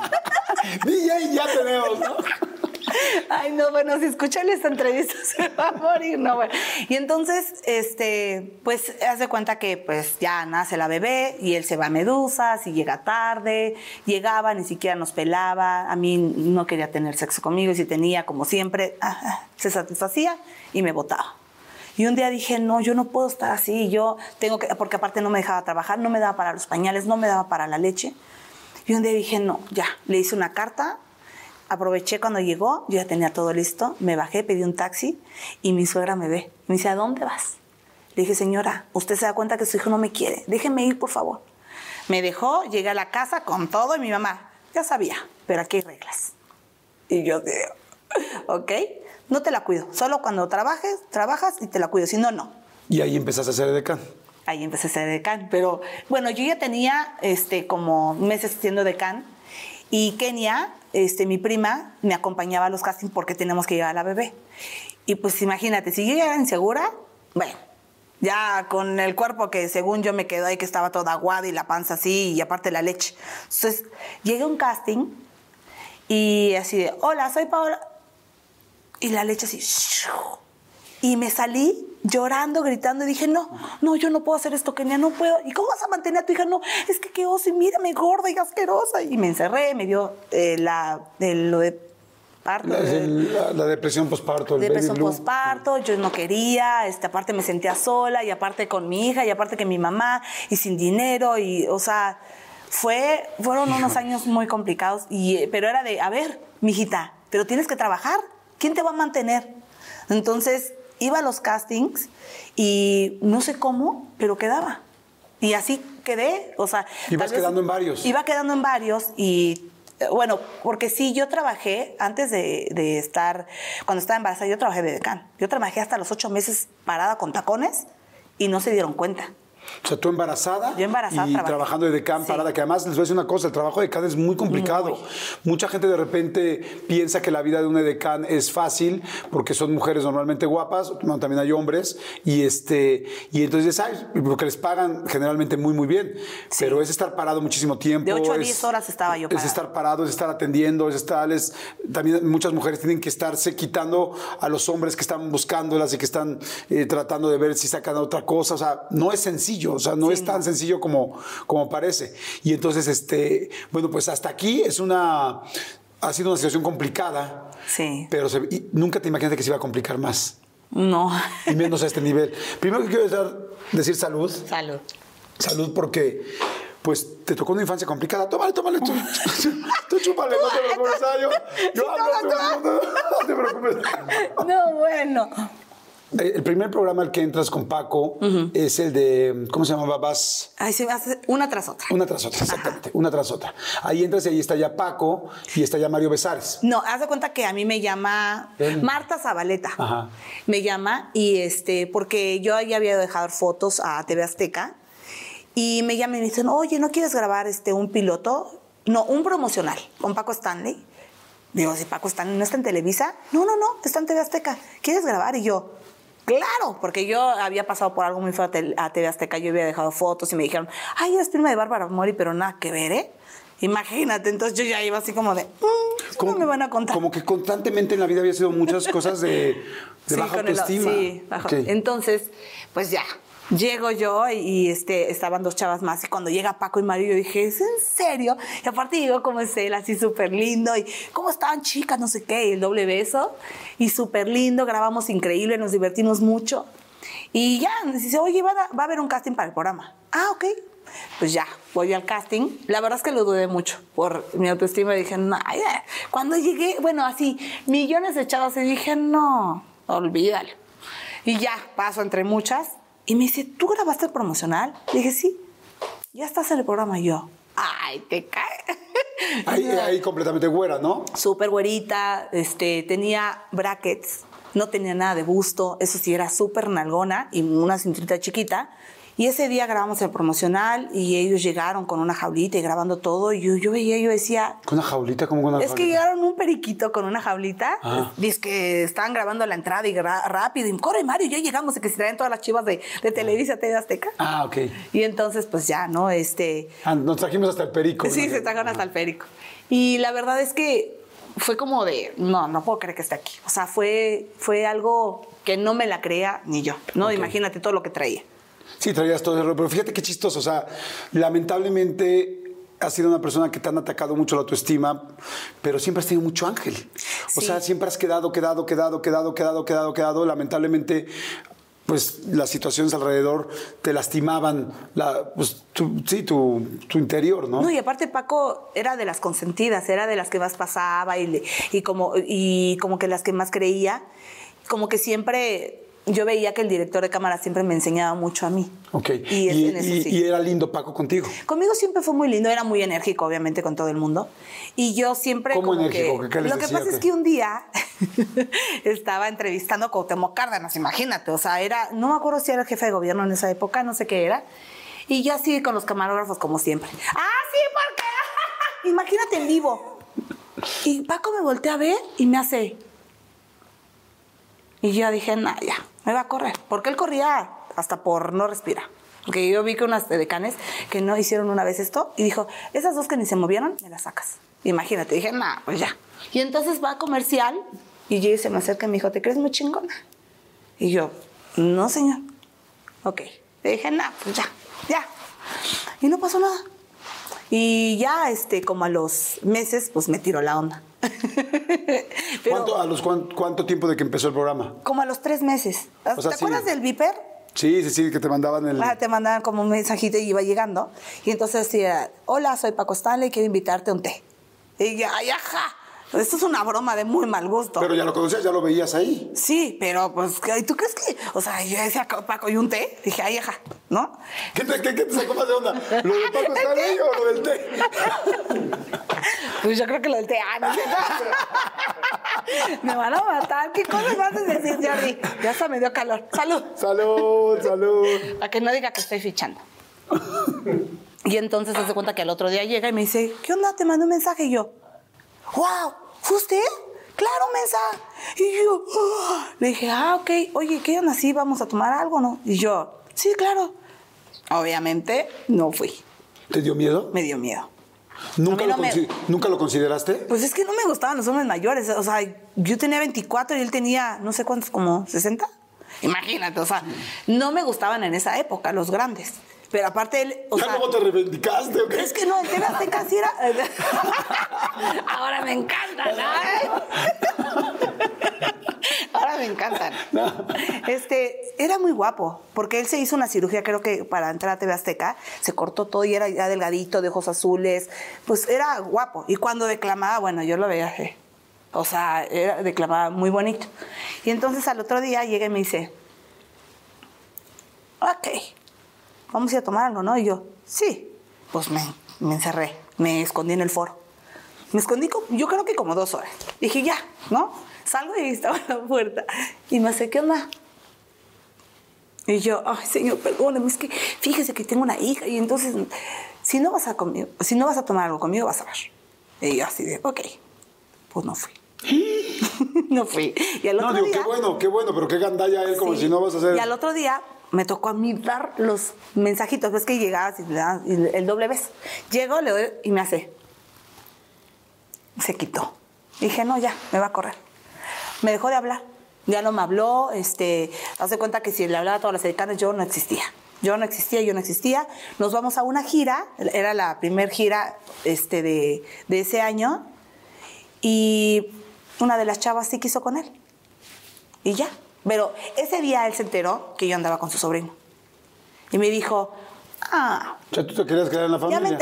DJ ya tenemos, ¿no? Ay, no, bueno, si escuchan esta entrevista se va a morir, no, bueno. Y entonces, pues, haz de cuenta que, pues, ya nace la bebé y él se va a Medusas y llega tarde, llegaba, ni siquiera nos pelaba, a mí no quería tener sexo conmigo y si tenía, como siempre, se satisfacía y me botaba. Y un día dije, no, yo no puedo estar así, yo tengo que, porque aparte no me dejaba trabajar, no me daba para los pañales, no me daba para la leche. Y un día dije, no, ya, le hice una carta. Aproveché cuando llegó, yo ya tenía todo listo, me bajé, pedí un taxi y mi suegra me ve. Me dice, ¿a dónde vas? Le dije, señora, usted se da cuenta que su hijo no me quiere, déjeme ir, por favor. Me dejó, llegué a la casa con todo y mi mamá, ya sabía, pero aquí hay reglas. Y yo digo, ok, no te la cuido, solo cuando trabajas y te la cuido, si no, no. Y ahí empezaste a ser decán. Ahí empecé a ser decán, pero bueno, yo ya tenía como meses siendo decán y Kenia, mi prima, me acompañaba a los castings porque teníamos que llevar a la bebé. Y pues imagínate, si yo ya era insegura, bueno, ya con el cuerpo que según yo me quedó ahí que estaba toda aguada y la panza así y aparte la leche. Entonces llegué a un casting y así de, hola, soy Paola. Y la leche así, y me salí llorando, gritando y dije, no, yo no puedo hacer esto, Kenia, no puedo. ¿Y cómo vas a mantener a tu hija? No, es que qué oso, y mírame gorda y asquerosa. Y me encerré, me dio lo de parto. La depresión posparto. Depresión posparto, yo no quería, aparte me sentía sola y aparte con mi hija y aparte que mi mamá y sin dinero y, o sea, fueron unos años muy complicados, pero era de, a ver, mijita, pero tienes que trabajar, ¿quién te va a mantener? Entonces iba a los castings y no sé cómo, pero quedaba. Y así quedé, o sea... ¿Ibas quedando en varios? Iba quedando en varios y, bueno, porque sí, yo trabajé, antes de estar, cuando estaba embarazada, yo trabajé de decán. Yo trabajé hasta los 8 meses parada con tacones y no se dieron cuenta. O sea, tú embarazada. Yo embarazada, y trabajando de decán, parada, que además les voy a decir una cosa, el trabajo de decán es muy complicado. Mucha gente de repente piensa que la vida de un edecán es fácil porque son mujeres normalmente guapas, bueno, también hay hombres, y entonces, ¿sabes? Porque les pagan generalmente muy, muy bien. Sí. Pero es estar parado muchísimo tiempo. De 8 a 10 horas estaba yo parado. Es estar parado, es estar atendiendo, también muchas mujeres tienen que estarse quitando a los hombres que están buscándolas y que están tratando de ver si sacan otra cosa. O sea, no es sencillo. O sea, no es tan sencillo como parece. Y entonces, bueno, pues hasta aquí ha sido una situación complicada. Sí. Pero nunca te imaginaste que se iba a complicar más. No. Y menos a este nivel. Primero que quiero decir salud. Salud. Salud porque, pues, te tocó una infancia complicada. Tómale. Tú chúpale, no te preocupes. Yo hablo, no te preocupes. No, bueno. El primer programa al que entras con Paco es el de, ¿cómo se llama? Ahí se hace una tras otra. Una tras otra, exactamente. Una tras otra. Ahí entras y ahí está ya Paco y está ya Mario Besares. No, haz de cuenta que a mí me llama Marta Zabaleta. Ajá. Me llama y porque yo ya había dejado fotos a TV Azteca y me llaman y me dicen, oye, ¿no quieres grabar un piloto? No, un promocional con Paco Stanley. Digo, si Paco Stanley no está en Televisa. No, está en TV Azteca. ¿Quieres grabar? Y yo... Claro, porque yo había pasado por algo muy feo a TV Azteca, yo había dejado fotos y me dijeron, ay, eres prima de Bárbara Mori, pero nada que ver, ¿eh? Imagínate, entonces yo ya iba así como de, ¿cómo me van a contar? Como que constantemente en la vida había sido muchas cosas de baja autoestima. Sí, bajo. Okay. Entonces, pues ya, llego yo y estaban 2 chavas más y cuando llega Paco y Mario yo dije, ¿es en serio? Y aparte llegó como es él, así súper lindo y ¿cómo estaban chicas? No sé qué, y el doble beso y súper lindo, grabamos increíble, nos divertimos mucho y ya, nos dice, oye, va a haber un casting para el programa. Ah, ok. Pues ya, voy al casting. La verdad es que lo dudé mucho por mi autoestima. Dije, no, cuando llegué, bueno, así, millones de chavas y dije, no, olvídalo. Y ya, paso entre muchas. Y me dice, ¿tú grabaste el promocional? Le dije, sí. Ya estás en el programa. Y yo, ay, te cae. Ahí completamente güera, ¿no? Súper güerita. Tenía brackets. No tenía nada de busto. Eso sí, era súper nalgona y una cinturita chiquita. Y ese día grabamos el promocional y ellos llegaron con una jaulita y grabando todo. Y yo veía, yo decía... ¿Con una jaulita? ¿Cómo con una jaulita? Es que llegaron un periquito con una jaulita. Dice que estaban grabando la entrada y rápido. Y corre, Mario, ya llegamos. Y que se traen todas las chivas de Televisa, TV Azteca. Ah, ok. Y entonces, pues ya, ¿no? Nos trajimos hasta el perico. Sí, se trajeron hasta el perico. Y la verdad es que fue como de... No puedo creer que esté aquí. O sea, fue algo que no me la creía ni yo. ¿No? Okay. Imagínate todo lo que traía. Sí, traías todo eso, pero fíjate qué chistoso, o sea, lamentablemente has sido una persona que te han atacado mucho la autoestima, pero siempre has tenido mucho ángel. Sí. O sea, siempre has quedado, lamentablemente, pues las situaciones alrededor te lastimaban, tu interior, ¿no? No, y aparte Paco era de las consentidas, era de las que más pasaba y como que las que más creía, como que siempre... Yo veía que el director de cámara siempre me enseñaba mucho a mí. Ok. ¿Y era lindo Paco contigo? Conmigo siempre fue muy lindo. Era muy enérgico, obviamente, con todo el mundo. Y yo siempre... ¿Cómo enérgico? ¿Qué les decía? Lo que pasa es que un día estaba entrevistando a Cuauhtémoc Cárdenas, imagínate. O sea, no me acuerdo si era el jefe de gobierno en esa época, no sé qué era. Y yo así con los camarógrafos como siempre. ¡Ah, sí, porque! Imagínate en vivo. Y Paco me voltea a ver y me hace... Y yo dije, ya, me va a correr. Porque él corría hasta por no respirar. Porque yo vi que unas decanes que no hicieron una vez esto y dijo, esas 2 que ni se movieron, me las sacas. Imagínate, dije, pues ya. Y entonces va a comercial y yo se me acerca y me dijo, ¿te crees muy chingona? Y yo, no, señor. Ok. Le dije, pues ya. Y no pasó nada. Y ya, como a los meses, pues me tiró la onda. Pero, ¿Cuánto tiempo de que empezó el programa? Como a los 3 meses. O sea, ¿te acuerdas del Viper? Sí, que te mandaban te mandaban como un mensajito y iba llegando. Y entonces decía, hola, soy Paco Stanley, quiero invitarte a un té. Y ya, ajá. Esto es una broma de muy mal gusto. Pero ya lo conocías, ya lo veías ahí. Sí, pero pues, ¿tú crees que...? O sea, yo decía, Paco, ¿y un té? Dije, ajá, ¿no? ¿Qué te sacó más de onda? ¿Lo de Paco Stanley o lo del té? Pues yo creo que lo del té. ¿No es cierto? Me van a matar. ¿Qué cosas vas a decir, Jordi? Ya hasta me dio calor. ¡Salud! ¡Salud, salud! Para que no diga que estoy fichando. Y entonces se hace cuenta que al otro día llega y me dice, ¿qué onda? Te mandé un mensaje. Y yo, ¡wow! ¿Fue usted? Claro, mensa. Y yo, oh. Le dije, ok. Oye, ¿qué onda? ¿Sí vamos a tomar algo, no? Y yo, sí, claro. Obviamente, no fui. ¿Te dio miedo? Me dio miedo. ¿Nunca lo consideraste? Pues es que no me gustaban los hombres mayores. O sea, yo tenía 24 y él tenía, no sé cuántos, como 60. Imagínate, o sea, no me gustaban en esa época los grandes. Pero aparte él, o sea... ¿Cómo te reivindicaste o qué? Es que no, el TV Azteca sí era... Ahora me encantan, ¿no? Ahora me encantan. No. Era muy guapo, porque él se hizo una cirugía, creo que para entrar a TV Azteca, se cortó todo y era ya delgadito, de ojos azules, pues era guapo. Y cuando declamaba, bueno, yo lo veía así. O sea, declamaba muy bonito. Y entonces al otro día llega y me dice, ok, vamos a ir a tomar algo, ¿no? Y yo, sí. Pues me encerré, me escondí en el foro. Me escondí, yo creo que como 2 horas. Dije, ya, ¿no? Salgo y estaba en la puerta. Y me hace, ¿qué onda? Y yo, ay, señor, perdóneme, es que fíjese que tengo una hija y entonces, si no vas a tomar algo conmigo, vas a ver. Y yo así de, ok, pues no fui. No fui. Y al otro día, qué bueno, pero qué gandalla él, como si no vas a hacer... Y al otro día me tocó a mí dar los mensajitos, ves que llegabas y le dabas el doble beso. Llego, le doy y me hace. Se quitó. Dije, no, ya, me va a correr. Me dejó de hablar. Ya no me habló, hace cuenta que si le hablaba a todas las edecanes, yo no existía. Yo no existía. Nos vamos a una gira, era la primer gira de ese año, y una de las chavas sí quiso con él. Y ya. Pero ese día él se enteró que yo andaba con su sobrino. Y me dijo, O sea, ¿tú te querías quedar en la familia?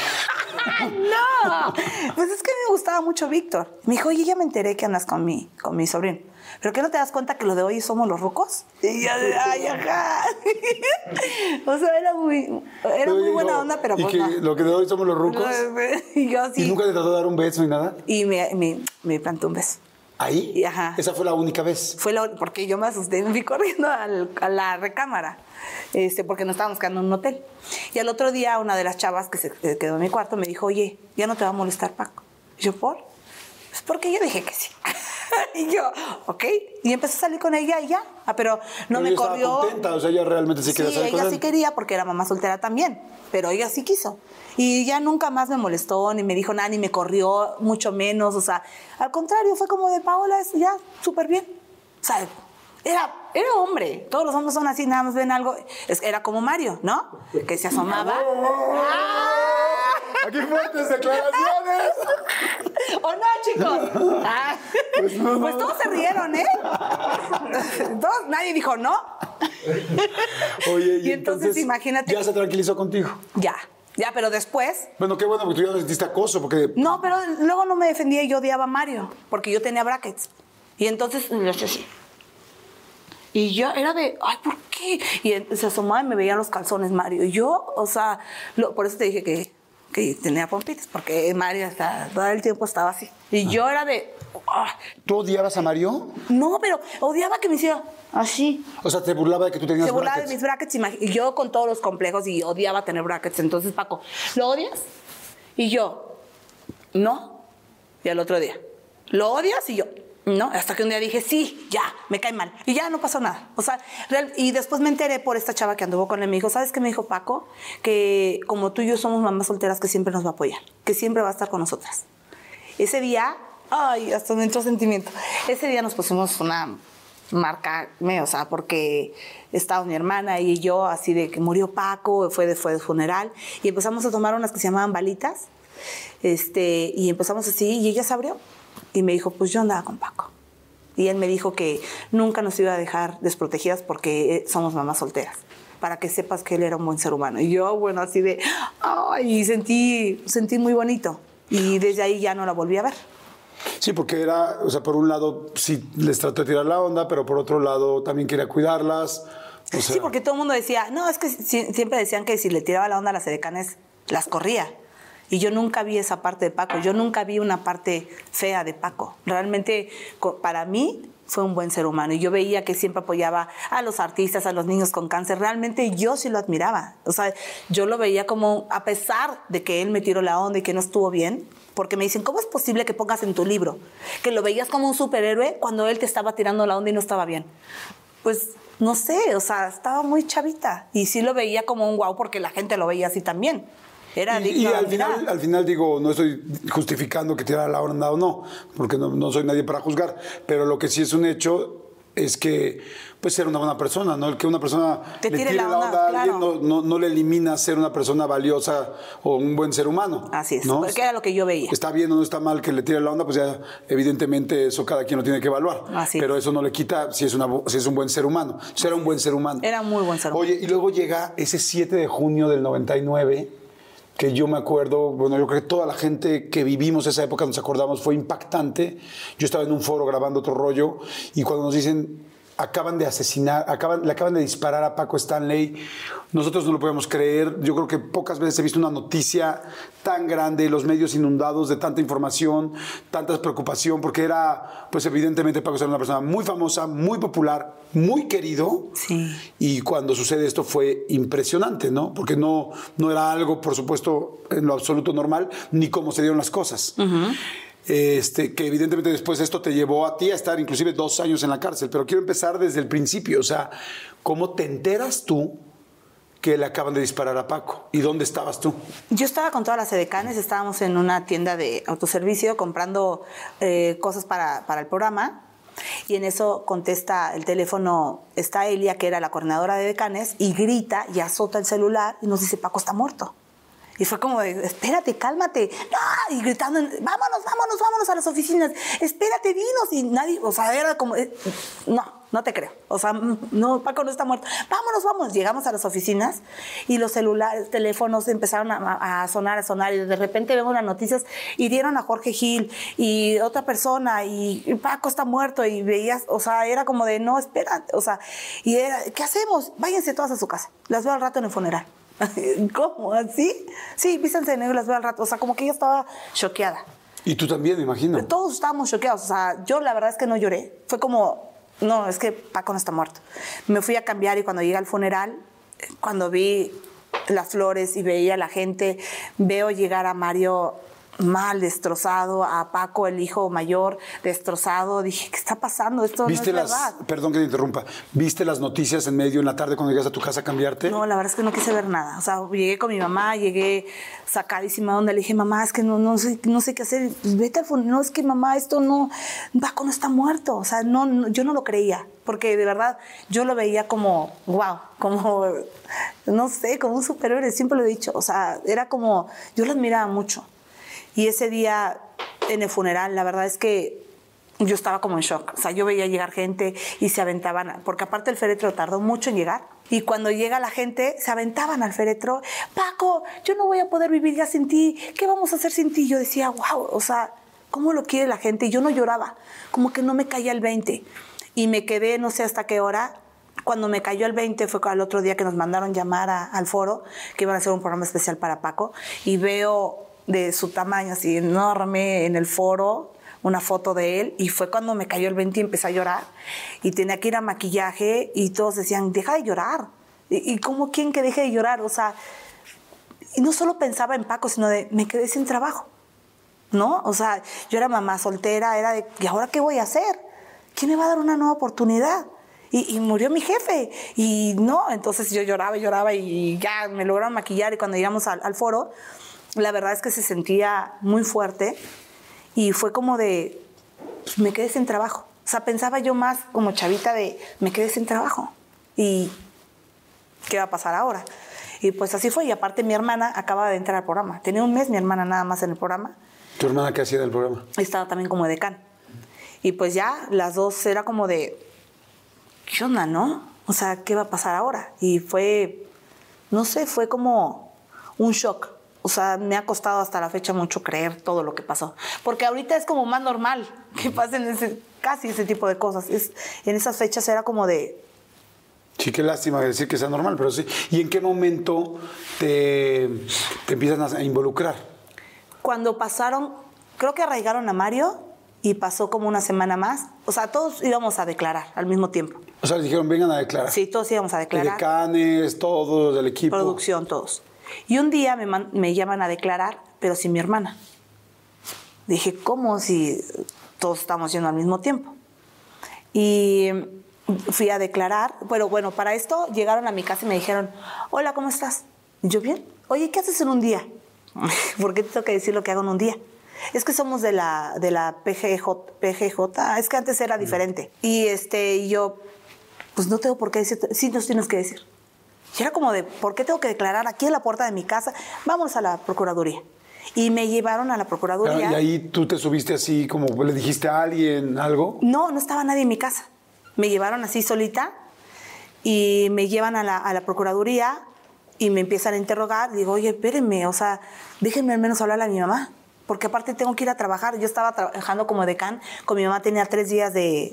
No, pues es que me gustaba mucho Víctor. Me dijo, oye, ya me enteré que andas con mi sobrino. ¿Pero qué no te das cuenta que lo de hoy somos los rucos? Y yo, ay, ajá. O sea, era muy buena onda, pero pues no. ¿Lo que de hoy somos los rucos? Y yo sí. ¿Y nunca te trató de dar un beso ni nada? Y me plantó un beso. ¿Ahí? Y, ajá. ¿Esa fue la única vez? Porque yo me asusté, me fui corriendo a la recámara, porque nos estábamos quedando en un hotel. Y al otro día una de las chavas que se quedó en mi cuarto me dijo, oye, ¿ya no te va a molestar Paco? Y yo, ¿por? Pues porque yo dije que sí. Y yo, ok. Y empecé a salir con ella y ya. Pero no me corrió. Estaba contenta, o sea, ella realmente sí quería salir con él. Sí, ella sí quería porque era mamá soltera también. Pero ella sí quiso. Y ya nunca más me molestó, ni me dijo nada, ni me corrió, mucho menos. O sea, al contrario, fue como de Paola, ya, súper bien. O sea, era hombre. Todos los hombres son así, nada más ven algo. Era como Mario, ¿no? Que se asomaba. ¡Aquí fuertes declaraciones! ¿O no, chicos? Pues todos se rieron, ¿eh? Nadie dijo no. Oye, y entonces imagínate. ¿Ya se tranquilizó contigo? Ya, pero después... Bueno, qué bueno, porque tú ya no sentiste acoso, porque... No, pero luego no me defendía y yo odiaba a Mario, porque yo tenía brackets. Y entonces lo hacía así. Y yo era de, ay, ¿por qué? Y se asomaba y me veía los calzones Mario. Y yo, o sea, por eso te dije que tenía pompitas, porque Mario todo el tiempo estaba así. Y yo era de... ¿Tú odiabas a Mario? No, pero odiaba que me hiciera así. O sea, te burlaba de que tú tenías brackets. Se burlaba de mis brackets, y yo con todos los complejos, y odiaba tener brackets. Entonces, Paco, ¿lo odias? Y yo, no. Y al otro día, ¿lo odias? Y yo, no. Hasta que un día dije, sí, ya, me cae mal. Y ya no pasó nada. O sea, y después me enteré por esta chava que anduvo con él. Me dijo, ¿sabes qué me dijo Paco? Que como tú y yo somos mamás solteras, que siempre nos va a apoyar, que siempre va a estar con nosotras. Ese día... Ay, hasta me entró sentimiento. Ese día nos pusimos una marca, o sea, porque estaba mi hermana y yo, así de que murió Paco, fue de funeral, y empezamos a tomar unas que se llamaban balitas, y empezamos así, y ella se abrió, y me dijo, pues yo andaba con Paco. Y él me dijo que nunca nos iba a dejar desprotegidas porque somos mamás solteras, para que sepas que él era un buen ser humano. Y yo, bueno, así de, ay, sentí muy bonito. Y desde ahí ya no la volví a ver. Sí, porque era, o sea, por un lado sí les trató de tirar la onda, pero por otro lado también quería cuidarlas. O sea... Sí, porque todo el mundo decía, no, es que siempre decían que si le tiraba la onda a las edecanes, las corría. Y yo nunca vi esa parte de Paco, yo nunca vi una parte fea de Paco. Realmente, para mí, fue un buen ser humano. Y yo veía que siempre apoyaba a los artistas, a los niños con cáncer. Realmente yo sí lo admiraba. O sea, yo lo veía como, a pesar de que él me tiró la onda y que no estuvo bien, porque me dicen, ¿cómo es posible que pongas en tu libro que lo veías como un superhéroe cuando él te estaba tirando la onda y no estaba bien? Pues, no sé, o sea, estaba muy chavita. Y sí lo veía como un guau porque la gente lo veía así también. Era digno y de al final digo, no estoy justificando que tirara la onda o no, porque no soy nadie para juzgar, pero lo que sí es un hecho es que pues ser una buena persona, ¿no? El que una persona te le tire tire la onda a alguien no le elimina ser una persona valiosa o un buen ser humano. Así es, ¿no? porque era lo que yo veía. Está bien o no está mal que le tire la onda, pues ya evidentemente eso cada quien lo tiene que evaluar. Así pero eso no le quita si es un buen ser humano. Era un buen ser humano. Era muy buen ser humano. Oye, y luego llega ese 7 de junio del 99, que yo me acuerdo, bueno, yo creo que toda la gente que vivimos esa época nos acordamos, fue impactante. Yo estaba en un foro grabando otro rollo y cuando nos dicen, acaban de asesinar, le acaban de disparar a Paco Stanley, nosotros no lo podemos creer. Yo creo que pocas veces he visto una noticia tan grande, los medios inundados de tanta información, tanta preocupación, porque era, pues evidentemente Paco era una persona muy famosa, muy popular, muy querido. Sí. Y cuando sucede esto fue impresionante, ¿no? Porque no era algo, por supuesto, en lo absoluto normal, ni cómo se dieron las cosas. Uh-huh. Que evidentemente después esto te llevó a ti a estar inclusive 2 años en la cárcel, pero quiero empezar desde el principio, o sea, ¿cómo te enteras tú que le acaban de disparar a Paco? ¿Y dónde estabas tú? Yo estaba con todas las edecanes, estábamos en una tienda de autoservicio comprando cosas para el programa y en eso contesta el teléfono, está Elia, que era la coordinadora de decanes, y grita y azota el celular y nos dice, Paco está muerto. Y fue como de, espérate, cálmate. ¡No! Y gritando, vámonos a las oficinas. Espérate, dinos. Y nadie, o sea, era como, no te creo. O sea, no, Paco no está muerto. Vámonos. Llegamos a las oficinas y los celulares, teléfonos empezaron a sonar. Y de repente vemos las noticias y dieron a Jorge Gil y otra persona y Paco está muerto. Y veías, o sea, era como de, no, espérate. O sea, y era, ¿qué hacemos? Váyanse todas a su casa. Las veo al rato en el funeral. ¿Cómo? ¿Así? Sí, vístanse de negro, las veo al rato. O sea, como que yo estaba choqueada. Y tú también, me imagino. Todos estábamos choqueados. O sea, yo la verdad es que no lloré. Fue como, no, es que Paco no está muerto. Me fui a cambiar y cuando llegué al funeral, cuando vi las flores y veía a la gente, veo llegar a Mario mal, destrozado, a Paco, el hijo mayor, destrozado. Dije, ¿qué está pasando? Esto no es verdad. Perdón que te interrumpa. ¿Viste las noticias en medio, en la tarde, cuando llegas a tu casa a cambiarte? No, la verdad es que no quise ver nada. O sea, llegué con mi mamá, llegué sacadísima de onda. Le dije, mamá, es que no sé qué hacer. Vete al fondo. No, es que mamá, esto no... Paco no está muerto. O sea, yo no lo creía. Porque de verdad, yo lo veía como, wow, como, no sé, como un superhéroe. Siempre lo he dicho. O sea, era como... Yo lo admiraba mucho. Y ese día en el funeral, la verdad es que yo estaba como en shock. O sea, yo veía llegar gente y se aventaban, porque aparte el féretro tardó mucho en llegar. Y cuando llega la gente, se aventaban al féretro. Paco, yo no voy a poder vivir ya sin ti. ¿Qué vamos a hacer sin ti? Yo decía, wow, o sea, ¿cómo lo quiere la gente? Y yo no lloraba, como que no me caía el 20. Y me quedé no sé hasta qué hora. Cuando me cayó el 20 fue al otro día que nos mandaron llamar al foro, que iban a hacer un programa especial para Paco. Y veo de su tamaño así enorme en el foro una foto de él y fue cuando me cayó el 20 y empecé a llorar y tenía que ir a maquillaje y todos decían, deja de llorar. Y como quién que deje de llorar, o sea, y no solo pensaba en Paco, sino de me quedé sin trabajo, ¿no? O sea, yo era mamá soltera, era de, ¿y ahora qué voy a hacer? ¿Quién me va a dar una nueva oportunidad? Y murió mi jefe y no, entonces yo lloraba y ya me lograron maquillar y cuando llegamos al foro, la verdad es que se sentía muy fuerte y fue como de, pues me quedé sin trabajo. O sea, pensaba yo más como chavita de, me quedé sin trabajo. ¿Y qué va a pasar ahora? Y pues así fue. Y aparte mi hermana acababa de entrar al programa. Tenía un mes mi hermana nada más en el programa. ¿Tu hermana qué hacía del programa? Estaba también como decán. Y pues ya las dos era como de, ¿qué onda, no? O sea, ¿qué va a pasar ahora? Y fue, no sé, fue como un shock. O sea, me ha costado hasta la fecha mucho creer todo lo que pasó. Porque ahorita es como más normal que pasen casi ese tipo de cosas. En esas fechas era como de... Sí, qué lástima decir que sea normal, pero sí. ¿Y en qué momento te empiezan a involucrar? Cuando pasaron, creo que arraigaron a Mario y pasó como una semana más. O sea, todos íbamos a declarar al mismo tiempo. O sea, les dijeron, vengan a declarar. Sí, todos íbamos a declarar. Decanes, todos, del equipo. Producción, todos. Y un día me llaman a declarar, pero sin mi hermana. Dije, ¿cómo si todos estamos yendo al mismo tiempo? Y fui a declarar. Pero bueno, para esto llegaron a mi casa y me dijeron, hola, ¿cómo estás? Y yo, bien. Oye, ¿qué haces en un día? ¿Por qué te tengo que decir lo que hago en un día? Es que somos de la PGJ. Es que antes era diferente. Y yo, pues no tengo por qué decirte. Sí, nos tienes que decir. Y era como de, ¿por qué tengo que declarar aquí en la puerta de mi casa? Vamos a la Procuraduría. Y me llevaron a la Procuraduría. ¿Y ahí tú te subiste así, como le dijiste a alguien algo? No, no estaba nadie en mi casa. Me llevaron así solita y me llevan a la Procuraduría y me empiezan a interrogar. Digo, oye, espérenme, o sea, déjenme al menos hablarle a mi mamá. Porque aparte tengo que ir a trabajar. Yo estaba trabajando como decán. Con mi mamá tenía 3 días de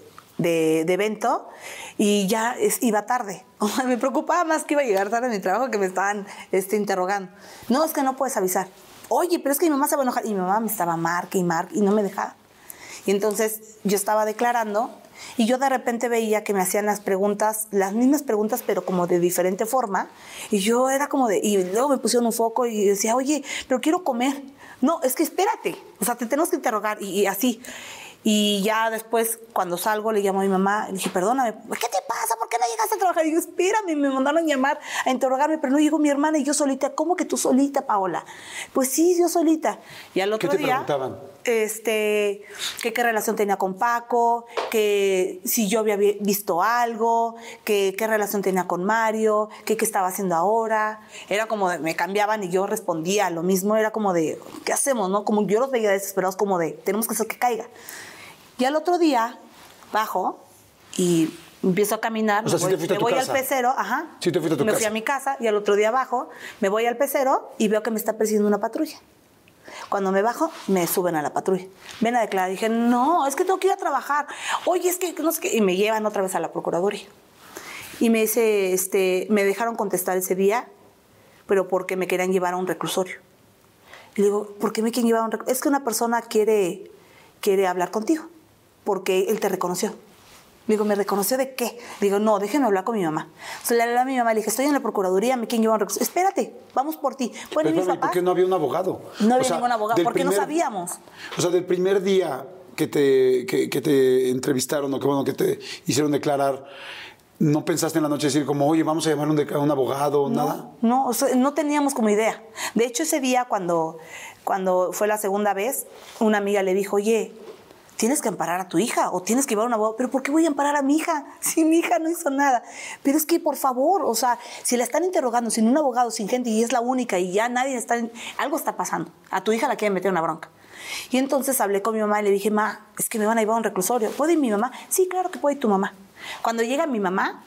evento y ya iba tarde. O sea, me preocupaba más que iba a llegar tarde a mi trabajo que me estaban interrogando. No, es que no puedes avisar. Oye, pero es que mi mamá se va a enojar. Y mi mamá me estaba marque y no me dejaba. Y entonces yo estaba declarando y yo de repente veía que me hacían las mismas preguntas, pero como de diferente forma. Y yo era como y luego me pusieron un foco y decía, oye, pero quiero comer. No, es que espérate. O sea, te tenemos que interrogar y así. Y ya después, cuando salgo, le llamo a mi mamá. Le dije, perdóname, ¿qué te pasa? ¿Por qué no llegaste a trabajar? Y yo, espérame, me mandaron a llamar a interrogarme, pero no llegó mi hermana y yo solita. ¿Cómo que tú solita, Paola? Pues sí, yo solita. Y al otro día... ¿Qué te preguntaban? Que qué relación tenía con Paco, que si yo había visto algo, que qué relación tenía con Mario, que qué estaba haciendo ahora. Era como me cambiaban y yo respondía lo mismo. Era como de, ¿qué hacemos, no? Como yo los veía desesperados, como de, tenemos que hacer que caiga. Y al otro día bajo y empiezo a caminar. O sea, me voy al pecero, ajá. Sí, te fuiste a tu casa. Me fui a mi casa y al otro día bajo, me voy al pecero y veo que me está persiguiendo una patrulla. Cuando me bajo, me suben a la patrulla. Ven a declarar. Dije, no, es que tengo que ir a trabajar. Oye, es que no sé qué. Y me llevan otra vez a la Procuraduría. Y me dice, me dejaron contestar ese día, pero porque me querían llevar a un reclusorio. Y le digo, ¿por qué me quieren llevar a un reclusorio? Es que una persona quiere hablar contigo, porque él te reconoció. Digo, ¿me reconoció de qué? Digo, no, déjenme hablar con mi mamá. Entonces le hablé a mi mamá, le dije, estoy en la Procuraduría, me quieren llevar a un reclusorio. Espérate, vamos por ti. Bueno, ¿y mis papás? ¿Por qué no había un abogado? No había ningún abogado, porque no sabíamos. O sea, del primer día que te entrevistaron, o que bueno, que te hicieron declarar, ¿no pensaste en la noche decir como, oye, vamos a llamar a un abogado, nada? No, o sea, no teníamos como idea. De hecho, ese día, cuando fue la segunda vez, una amiga le dijo, oye, tienes que amparar a tu hija o tienes que llevar a un abogado. ¿Pero por qué voy a amparar a mi hija? Si mi hija no hizo nada. Pero es que, por favor, o sea, si la están interrogando sin un abogado, sin gente, y es la única y ya nadie está... Algo está pasando. A tu hija la quieren meter en una bronca. Y entonces hablé con mi mamá y le dije, ma, es que me van a llevar a un reclusorio. ¿Puede ir mi mamá? Sí, claro que puede ir tu mamá. Cuando llega a mi mamá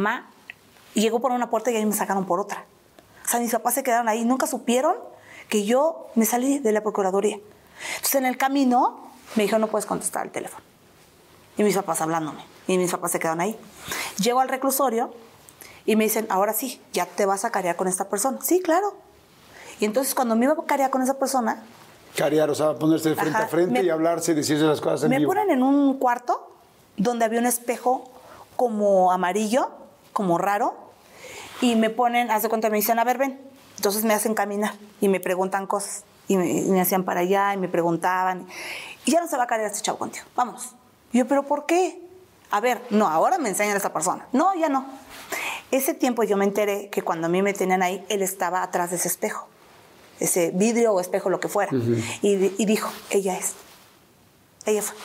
llegó por una puerta y ahí me sacaron por otra. O sea, mis papás se quedaron ahí. Nunca supieron que yo me salí de la Procuraduría. Entonces, en el camino... me dijo, no puedes contestar el teléfono. Y mis papás hablándome. Y mis papás se quedaron ahí. Llego al reclusorio y me dicen, ahora sí, ya te vas a carear con esta persona. Sí, claro. Y entonces cuando me iba a carear con esa persona... Carear, o sea, ponerse de frente a frente y hablarse y decirse las cosas en vivo. Me ponen en un cuarto donde había un espejo como amarillo, como raro. Y me ponen, haz de cuenta, me dicen, a ver, ven. Entonces me hacen caminar y me preguntan cosas. Y me hacían para allá y me preguntaban. Y ya no se va a caer este chavo contigo. Vámonos. Y yo, ¿pero por qué? A ver, no, ahora me enseñan a esta persona. No, ya no. Ese tiempo yo me enteré que cuando a mí me tenían ahí, él estaba atrás de ese espejo. Ese vidrio o espejo, lo que fuera. Uh-huh. Y dijo, ella es. Ella fue.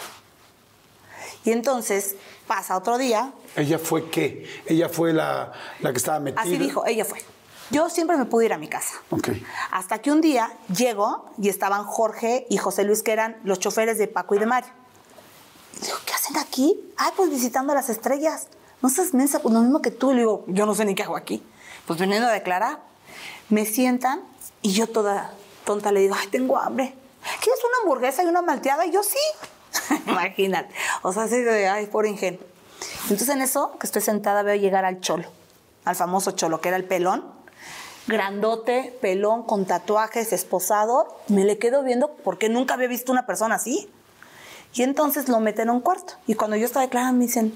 Y entonces pasa otro día. ¿Ella fue qué? ¿Ella fue la que estaba metida? Así dijo, ella fue. Yo siempre me pude ir a mi casa. Okay. Hasta que un día llego y estaban Jorge y José Luis, que eran los choferes de Paco y de Mario. Y digo, ¿qué hacen aquí? Ay, pues visitando las estrellas. No seas mensa, pues lo mismo que tú. Le digo, yo no sé ni qué hago aquí. Pues viniendo a declarar. Me sientan y yo toda tonta le digo, ay, tengo hambre. ¿Quieres una hamburguesa y una malteada? Y yo, sí. Imagínate. O sea, así de, ay, por ingenuo. Entonces en eso, que estoy sentada, veo llegar al cholo. Al famoso cholo, que era el pelón. grandote, pelón, con tatuajes, esposado. Me le quedo viendo porque nunca había visto una persona así. Y entonces lo meten en un cuarto. Y cuando yo estaba declarando me dicen,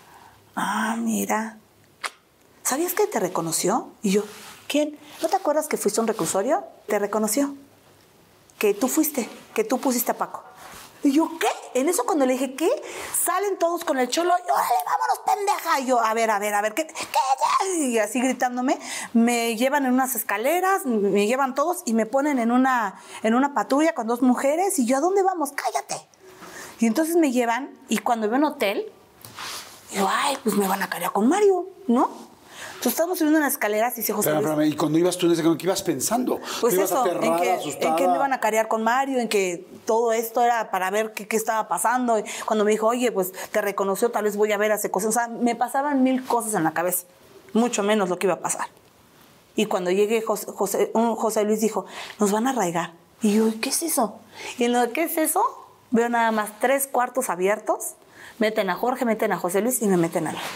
mira, ¿sabías que te reconoció? Y yo, ¿quién? ¿No te acuerdas que fuiste a un reclusorio? Te reconoció. Que tú fuiste, que tú pusiste a Paco. Y yo, ¿qué? En eso cuando le dije, ¿qué? Salen todos con el cholo, y órale, vámonos, pendeja. Y yo, a ver, ¿qué? Y así gritándome, me llevan en unas escaleras, me llevan todos y me ponen en una patrulla con 2 mujeres. Y yo, ¿a dónde vamos? Cállate. Y entonces me llevan, y cuando veo un hotel, digo, pues me van a cargar con Mario, ¿no? Entonces estábamos subiendo unas escaleras y dice José Luis. Espérame, ¿y cuando ibas tú en ese camino, qué ibas pensando? Pues ¿Ibas eso, aterrada, asustada? en que me iban a carear con Mario, en que todo esto era para ver qué estaba pasando. Y cuando me dijo, oye, pues te reconoció, tal vez voy a ver hace cosas. O sea, me pasaban 1000 cosas en la cabeza, mucho menos lo que iba a pasar. Y cuando llegué, José Luis dijo, nos van a arraigar. Y yo, ¿qué es eso? Y en lo que es eso, veo nada más 3 cuartos abiertos, meten a Jorge, meten a José Luis y me meten a mí.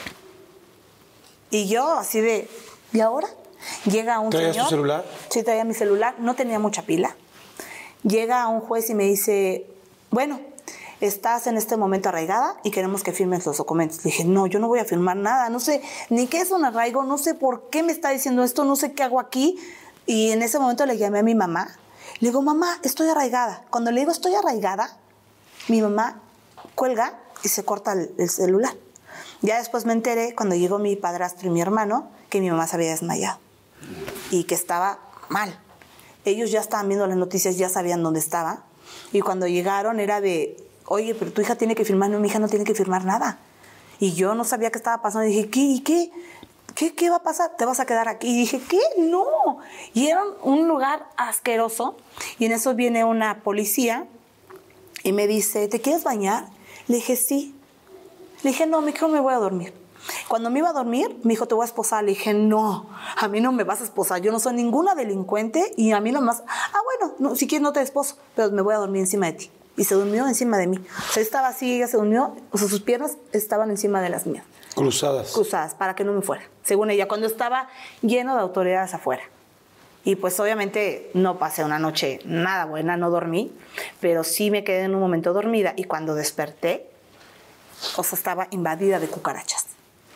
Y yo así de, ¿y ahora? Llega un señor. ¿Traías tu celular? Sí, traía mi celular, no tenía mucha pila. Llega un juez y me dice, bueno, estás en este momento arraigada y queremos que firmes los documentos. Le dije, no, yo no voy a firmar nada, no sé ni qué es un arraigo, no sé por qué me está diciendo esto, no sé qué hago aquí. Y en ese momento le llamé a mi mamá. Le digo, mamá, estoy arraigada. Cuando le digo estoy arraigada, mi mamá cuelga y se corta el celular. Ya después me enteré, cuando llegó mi padrastro y mi hermano, que mi mamá se había desmayado y que estaba mal. Ellos ya estaban viendo las noticias, ya sabían dónde estaba. Y cuando llegaron era de, oye, pero tu hija tiene que firmar. No, mi hija no tiene que firmar nada. Y yo no sabía qué estaba pasando. Y dije, ¿Qué va a pasar? ¿Te vas a quedar aquí? Y dije, ¿qué? No. Y era un lugar asqueroso. Y en eso viene una policía y me dice, ¿te quieres bañar? Le dije, sí. Le dije, no, mejor me voy a dormir. Cuando me iba a dormir, me dijo, te voy a esposar. Le dije, no, a mí no me vas a esposar. Yo no soy ninguna delincuente y a mí nomás, bueno, no, si quieres no te esposo, pero me voy a dormir encima de ti. Y se durmió encima de mí. O sea, estaba así, ella se durmió, o sea, sus piernas estaban encima de las mías. Cruzadas, para que no me fuera. Según ella, cuando estaba lleno de autoridades afuera. Y pues obviamente no pasé una noche nada buena, no dormí, pero sí me quedé en un momento dormida y cuando desperté, o sea, estaba invadida de cucarachas.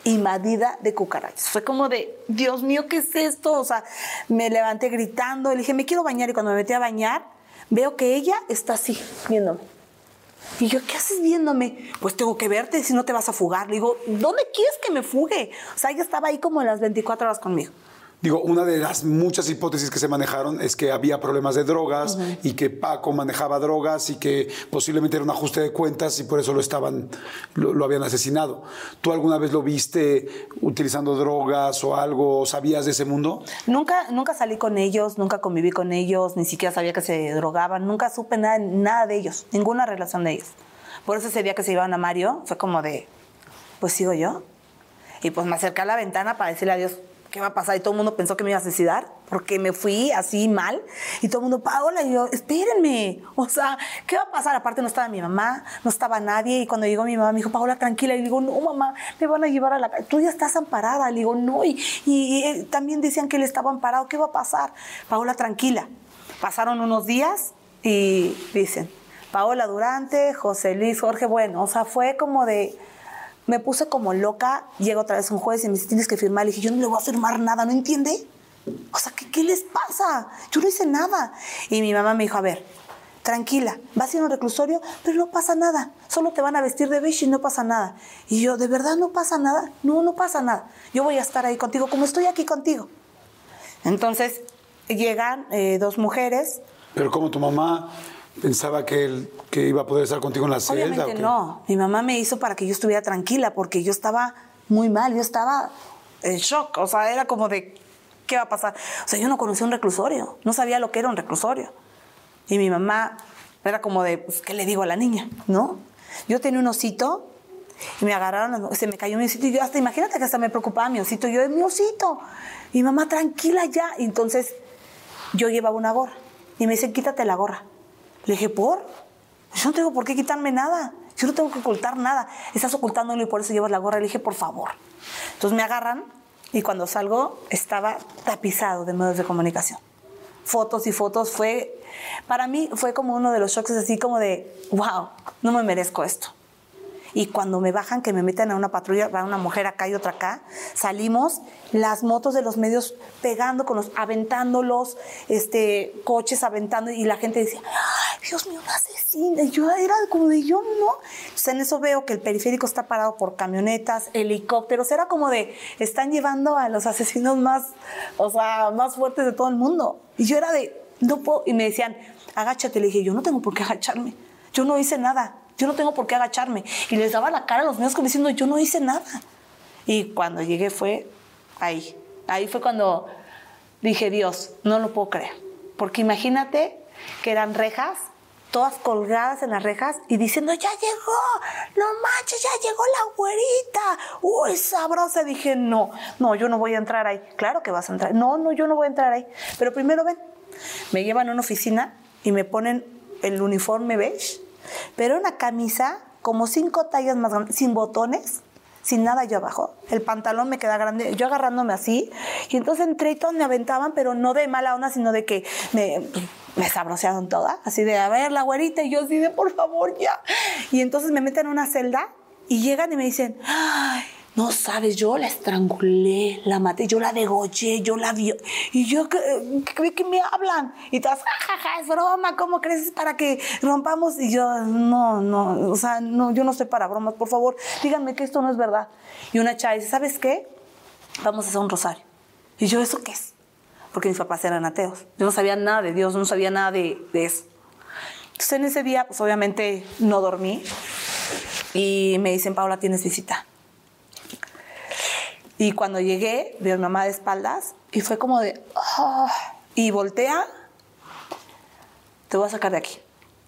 Fue como de, Dios mío, ¿qué es esto? O sea, me levanté gritando y le dije, me quiero bañar. Y cuando me metí a bañar, veo que ella está así, viéndome. Y yo, ¿qué haces viéndome? Pues tengo que verte, si no te vas a fugar. Le digo, ¿dónde quieres que me fugue? O sea, ella estaba ahí como en las 24 horas conmigo. Digo, una de las muchas hipótesis que se manejaron es que había problemas de drogas y que Paco manejaba drogas y que posiblemente era un ajuste de cuentas y por eso lo habían asesinado. ¿Tú alguna vez lo viste utilizando drogas o algo? ¿Sabías de ese mundo? Nunca salí con ellos, nunca conviví con ellos, ni siquiera sabía que se drogaban, nunca supe nada de ellos, ninguna relación de ellos. Por eso ese día que se llevaban a Mario fue como de, pues sigo yo. Y pues me acerqué a la ventana para decirle a Dios, ¿qué va a pasar? Y todo el mundo pensó que me iba a suicidar porque me fui así mal. Y todo el mundo, Paola, y yo, espérenme. O sea, ¿qué va a pasar? Aparte no estaba mi mamá, no estaba nadie. Y cuando llegó mi mamá me dijo, Paola, tranquila. Y le digo, no, mamá, me van a llevar a la calle. Tú ya estás amparada. Le digo, no. Y también decían que él estaba amparado. ¿Qué va a pasar? Paola, tranquila. Pasaron unos días y dicen, Paola Durante, José Luis, Jorge, bueno. O sea, fue como de... Me puse como loca, llega otra vez un juez y me dice, tienes que firmar. Le dije, yo no le voy a firmar nada, ¿no entiende? O sea, ¿qué les pasa? Yo no hice nada. Y mi mamá me dijo, a ver, tranquila, vas a ir a un reclusorio, pero no pasa nada. Solo te van a vestir de beige y no pasa nada. Y yo, ¿de verdad no pasa nada? No pasa nada. Yo voy a estar ahí contigo como estoy aquí contigo. Entonces, llegan 2 mujeres. Pero como tu mamá... ¿Pensaba que iba a poder estar contigo en la celda? Obviamente no. Mi mamá me hizo para que yo estuviera tranquila porque yo estaba muy mal, yo estaba en shock. O sea, era como de, ¿qué va a pasar? O sea, yo no conocía un reclusorio, no sabía lo que era un reclusorio. Y mi mamá era como de, pues, ¿qué le digo a la niña? ¿No? Yo tenía un osito y me agarraron, se me cayó mi osito y yo hasta, imagínate que hasta me preocupaba mi osito. Yo, es mi osito. Y mi mamá, tranquila ya. Y entonces yo llevaba una gorra y me dicen, quítate la gorra. Le dije, ¿por? Yo no tengo por qué quitarme nada. Yo no tengo que ocultar nada. Estás ocultándolo y por eso llevas la gorra. Le dije, por favor. Entonces me agarran y Y cuando salgo, estaba tapizado de medios de comunicación. Fotos y fotos. Para mí fue como uno de los shocks, así como de, wow, no me merezco esto. Y cuando me bajan, que me meten a una patrulla, va una mujer acá y otra acá, salimos, las motos de los medios pegando, aventándolos, coches aventando, y la gente decía, ¡ay, Dios mío, una asesina! Y yo era como de, yo no. Entonces en eso veo que el periférico está parado por camionetas, helicópteros, era como de, están llevando a los asesinos más fuertes de todo el mundo. Y yo era de, no puedo, y me decían, agáchate. Le dije, yo no tengo por qué agacharme, yo no hice nada. Yo no tengo por qué agacharme. Y les daba la cara a los medios como diciendo, yo no hice nada. Y cuando llegué fue ahí. Ahí fue cuando dije, Dios, no lo puedo creer. Porque imagínate que eran rejas, todas colgadas en las rejas y diciendo, ya llegó, no manches, ya llegó la güerita. Uy, sabrosa. Dije, no, yo no voy a entrar ahí. Claro que vas a entrar. No, yo no voy a entrar ahí. Pero primero ven, me llevan a una oficina y me ponen el uniforme beige, pero una camisa como 5 tallas más grande, sin botones, sin nada yo abajo. El pantalón me queda grande, yo agarrándome así. Y entonces entré y todos me aventaban, pero no de mala onda, sino de que me sabrosearon toda. Así de, a ver, la güerita. Y yo así de, por favor, ya. Y entonces me meten en una celda y llegan y me dicen, ay, no sabes, yo la estrangulé, la maté, yo la degollé, yo la vi. Y yo, ¿qué me hablan? Y todas, jajaja, es broma, ¿cómo crees? Para que rompamos. Y yo, no, yo no estoy para bromas, por favor, díganme que esto no es verdad. Y una chava dice, ¿sabes qué? Vamos a hacer un rosario. Y yo, ¿eso qué es? Porque mis papás eran ateos. Yo no sabía nada de Dios, no sabía nada de eso. Entonces en ese día, pues obviamente no dormí. Y me dicen, Paula, tienes visita. Y cuando llegué, vi a mi mamá de espaldas y fue como de, oh, y voltea, te voy a sacar de aquí.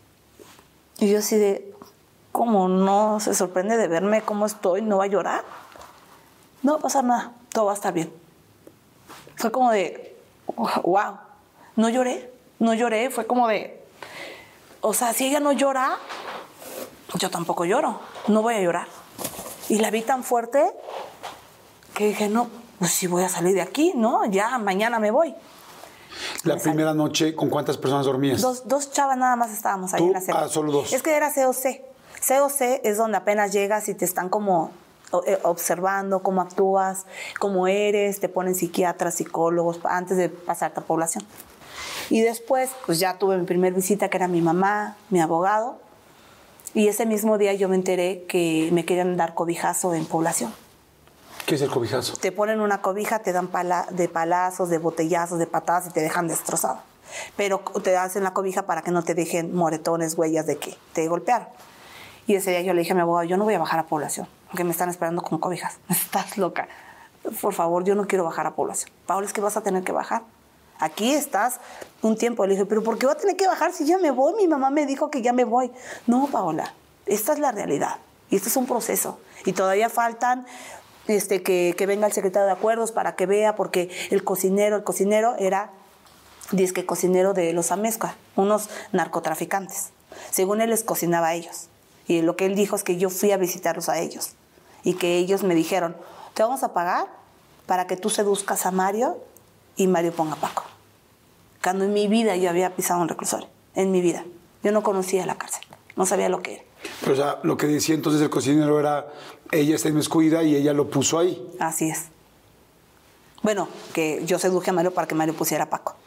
Y yo así de, ¿cómo no? Se sorprende de verme cómo estoy, no va a llorar. No va a pasar nada, todo va a estar bien. Fue como de, wow, no lloré, fue como de, o sea, si ella no llora, yo tampoco lloro, no voy a llorar. Y la vi tan fuerte que dije, no, pues sí voy a salir de aquí, ¿no? Ya, mañana me voy. La primera noche, ¿con cuántas personas dormías? Dos chavas nada más estábamos ahí en la celda. Solo dos. Es que era COC. COC es donde apenas llegas y te están como observando cómo actúas, cómo eres, te ponen psiquiatras, psicólogos, antes de pasarte a población. Y después, pues ya tuve mi primer visita, que era mi mamá, mi abogado, y ese mismo día yo me enteré que me querían dar cobijazo en población. ¿Qué es el cobijazo? Te ponen una cobija, te dan de palazos, de botellazos, de patadas y te dejan destrozado. Pero te hacen la cobija para que no te dejen moretones, huellas de que te golpearon. Y ese día yo le dije a mi abogado, yo no voy a bajar a población, porque me están esperando con cobijas. Estás loca. Por favor, yo no quiero bajar a población. Paula, es que vas a tener que bajar. Aquí estás un tiempo. Le dije, ¿pero por qué voy a tener que bajar si ya me voy? Mi mamá me dijo que ya me voy. No, Paola, esta es la realidad. Y esto es un proceso. Y todavía faltan que venga el secretario de acuerdos para que vea, porque el cocinero era, dizque cocinero de los Amezcua, unos narcotraficantes. Según él les cocinaba a ellos. Y lo que él dijo es que yo fui a visitarlos a ellos. Y que ellos me dijeron, te vamos a pagar para que tú seduzcas a Mario y Mario ponga a Paco. Cuando en mi vida yo había pisado un reclusorio. En mi vida. Yo no conocía la cárcel. No sabía lo que era. Pero, o sea, lo que decía entonces el cocinero era, ella está inmiscuida y ella lo puso ahí. Así es. Bueno, que yo seduje a Mario para que Mario pusiera a Paco.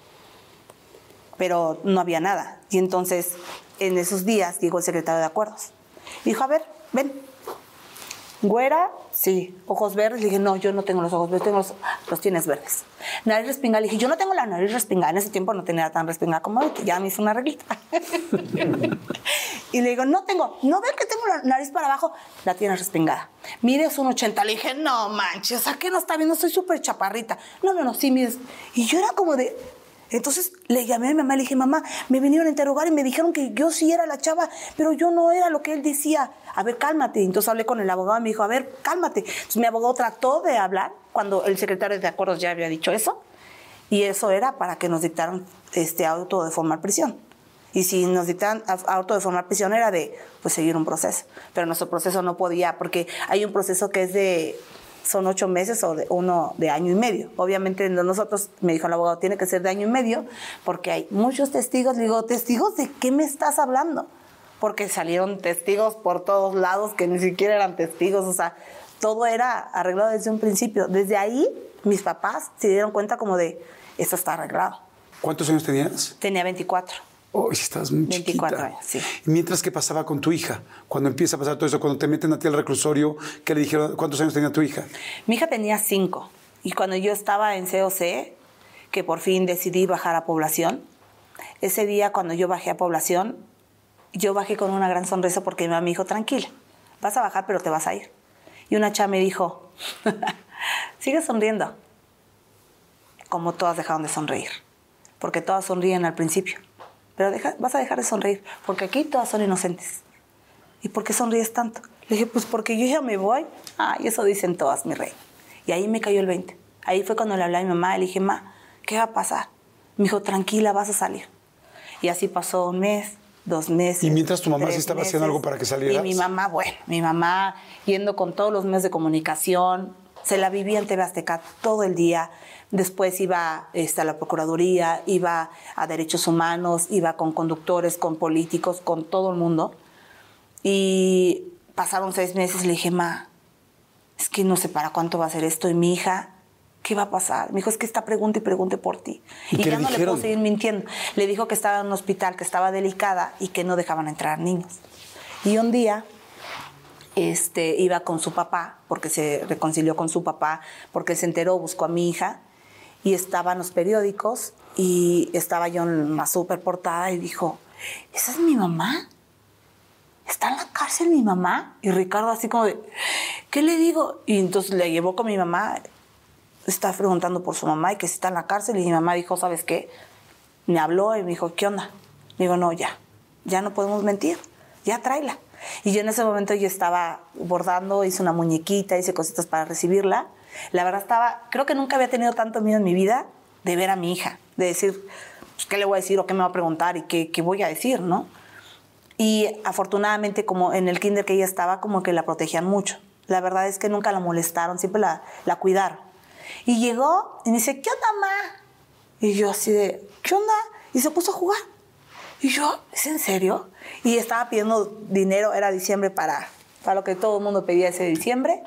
Pero no había nada. Y entonces, en esos días, llegó el secretario de acuerdos. Dijo, a ver, ven. ¿Güera? Sí. ¿Ojos verdes? Le dije, no, yo no tengo los ojos verdes, los tienes verdes. Nariz respingada. Le dije, yo no tengo la nariz respingada. En ese tiempo no tenía tan respingada como ahorita. Ya me hizo una reglita. Y le digo, no veo que tengo la nariz para abajo. La tienes respingada. Mire, es un 80. Le dije, no manches, o sea, ¿qué no está viendo? Soy súper chaparrita. No, sí, mires. Y yo era como de... Entonces le llamé a mi mamá y le dije, mamá, me vinieron a interrogar y me dijeron que yo sí era la chava, pero yo no era lo que él decía. A ver, cálmate. Entonces hablé con el abogado y me dijo, a ver, cálmate. Entonces mi abogado trató de hablar cuando el secretario de acuerdos ya había dicho eso. Y eso era para que nos dictaran auto de formar prisión. Y si nos dictaran auto de formar prisión era de pues seguir un proceso. Pero nuestro proceso no podía, porque hay un proceso que es de son 8 meses o uno de año y medio. Obviamente nosotros, me dijo el abogado, tiene que ser de año y medio porque hay muchos testigos. Le digo, ¿testigos de qué me estás hablando? Porque salieron testigos por todos lados que ni siquiera eran testigos. O sea, todo era arreglado desde un principio. Desde ahí, mis papás se dieron cuenta como de, esto está arreglado. ¿Cuántos años tenías? Tenía 24. Oh, estás muy 24 chiquita. años, sí. ¿Y mientras qué pasaba con tu hija? Cuando empieza a pasar todo eso, cuando te meten a ti al reclusorio, ¿qué le dijeron? ¿Cuántos años tenía tu hija? Mi hija tenía 5. Y cuando yo estaba en COC, que por fin decidí bajar a Población, ese día cuando yo bajé a Población, yo bajé con una gran sonrisa porque mi mamá me dijo, tranquila, vas a bajar pero te vas a ir. Y una chava me dijo, sigue sonriendo. Como todas dejaron de sonreír. Porque todas sonríen al principio. Pero vas a dejar de sonreír, porque aquí todas son inocentes. ¿Y por qué sonríes tanto? Le dije, pues porque yo ya me voy. Y eso dicen todas, mi rey. Y ahí me cayó el 20. Ahí fue cuando le hablé a mi mamá, le dije, ma, ¿qué va a pasar? Me dijo, tranquila, vas a salir. Y así pasó 1 mes, 2 meses. ¿Y mientras tu mamá sí estaba haciendo algo para que salieras? Y mi mamá yendo con todos los medios de comunicación, se la vivía en TV Azteca todo el día. Después iba a la Procuraduría, iba a Derechos Humanos, iba con conductores, con políticos, con todo el mundo. Y pasaron 6 meses y le dije, ma, es que no sé para cuánto va a ser esto. Y mi hija, ¿qué va a pasar? Me dijo, es que está pregunte y pregunte por ti. Y ya no le puedo seguir mintiendo. Le dijo que estaba en un hospital, que estaba delicada y que no dejaban entrar niños. Y un día iba con su papá, porque se reconcilió con su papá, porque se enteró, buscó a mi hija. Y estaban los periódicos y estaba yo en una súper portada y dijo, ¿esa es mi mamá? ¿Está en la cárcel mi mamá? Y Ricardo así como de, ¿qué le digo? Y entonces le llevó con mi mamá, estaba preguntando por su mamá y que si está en la cárcel. Y mi mamá dijo, ¿sabes qué? Me habló y me dijo, ¿qué onda? Me digo, no, ya no podemos mentir, ya tráela. Y yo en ese momento yo estaba bordando, hice una muñequita, hice cositas para recibirla. La verdad creo que nunca había tenido tanto miedo en mi vida de ver a mi hija, de decir, pues, ¿qué le voy a decir o qué me va a preguntar y qué voy a decir, ¿no? Y afortunadamente, como en el kinder que ella estaba, como que la protegían mucho. La verdad es que nunca la molestaron, siempre la cuidaron. Y llegó y me dice, ¿qué onda, ma? Y yo así de, ¿qué onda? Y se puso a jugar. Y yo, ¿es en serio? Y estaba pidiendo dinero, era diciembre para lo que todo el mundo pedía ese diciembre.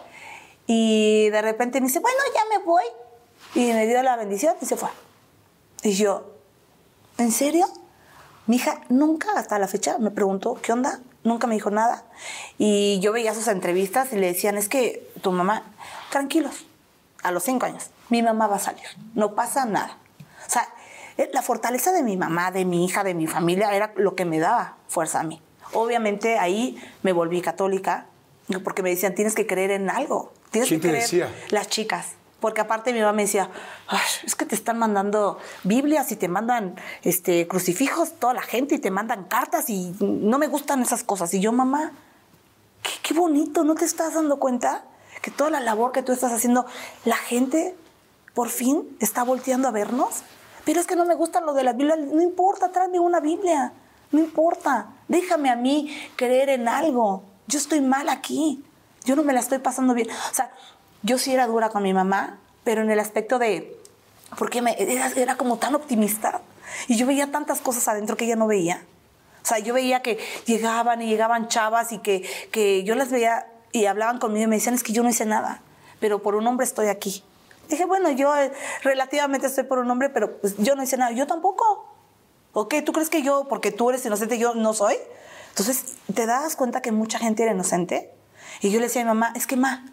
Y de repente me dice, bueno, ya me voy. Y me dio la bendición y se fue. Y yo, ¿en serio? Mi hija nunca, hasta la fecha, me preguntó, ¿qué onda? Nunca me dijo nada. Y yo veía sus entrevistas y le decían, es que tu mamá, tranquilos, a los 5 años, mi mamá va a salir, no pasa nada. O sea, la fortaleza de mi mamá, de mi hija, de mi familia, era lo que me daba fuerza a mí. Obviamente ahí me volví católica, porque me decían, tienes que creer en algo. ¿Quién te decía? Las chicas. Porque aparte mi mamá me decía, es que te están mandando Biblias y te mandan crucifijos toda la gente y te mandan cartas y no me gustan esas cosas. Y yo, mamá, qué bonito, ¿no te estás dando cuenta? Que toda la labor que tú estás haciendo, la gente por fin está volteando a vernos. Pero es que no me gusta lo de la Biblia. No importa, tráeme una Biblia. No importa. Déjame a mí creer en algo. Yo estoy mal aquí. Yo no me la estoy pasando bien. O sea, yo sí era dura con mi mamá, pero en el aspecto de... Porque era como tan optimista. Y yo veía tantas cosas adentro que ella no veía. O sea, yo veía que llegaban chavas y que yo las veía y hablaban conmigo y me decían, es que yo no hice nada, pero por un hombre estoy aquí. Dije, bueno, yo relativamente estoy por un hombre, pero pues yo no hice nada. Yo tampoco. ¿Ok? ¿Tú crees que yo, porque tú eres inocente, yo no soy? Entonces, ¿te das cuenta que mucha gente era inocente? Y yo le decía a mi mamá, es que, ma,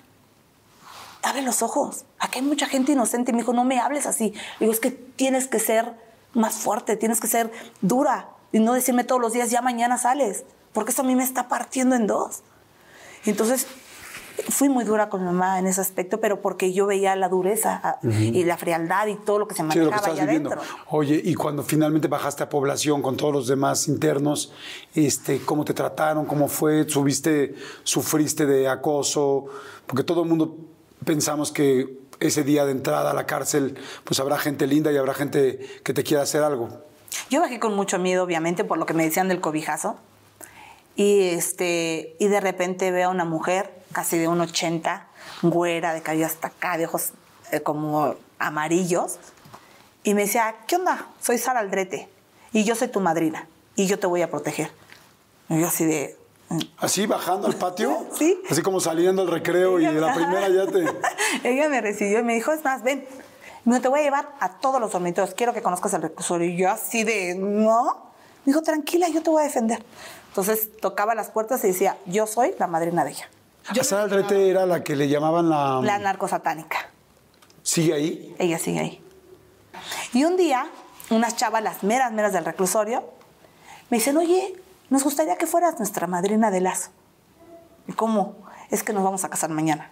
abre los ojos. Aquí hay mucha gente inocente. Y me dijo, no me hables así. Le digo, es que tienes que ser más fuerte, tienes que ser dura. Y no decirme todos los días, ya mañana sales. Porque eso a mí me está partiendo en dos. Y entonces, fui muy dura con mi mamá en ese aspecto, pero porque yo veía la dureza y la frialdad y todo lo que se manejaba allá adentro. Oye, y cuando finalmente bajaste a Población con todos los demás internos, ¿cómo te trataron? ¿Cómo fue? ¿Sufriste de acoso? Porque todo el mundo pensamos que ese día de entrada a la cárcel, pues habrá gente linda y habrá gente que te quiera hacer algo. Yo bajé con mucho miedo, obviamente, por lo que me decían del cobijazo. Y de repente veo a una mujer casi de 1.80, güera, de cabello hasta acá, de ojos como amarillos. Y me decía, ¿qué onda? Soy Sara Aldrete y yo soy tu madrina y yo te voy a proteger. Y yo así de... ¿Así bajando al patio? Sí. Así como saliendo al recreo y de la primera ya te... Ella me recibió y me dijo, es más, ven, no te voy a llevar a todos los dormitorios, quiero que conozcas el reclusorio. Y yo así de, ¿no? Me dijo, tranquila, yo te voy a defender. Entonces tocaba las puertas y decía, yo soy la madrina de ella. A Sara Aldrete era la que le llamaban La narcosatánica. ¿Sigue ahí? Ella sigue ahí. Y un día, unas chavas, las meras del reclusorio, me dicen, oye, nos gustaría que fueras nuestra madrina de lazo. ¿Y cómo? Es que nos vamos a casar mañana.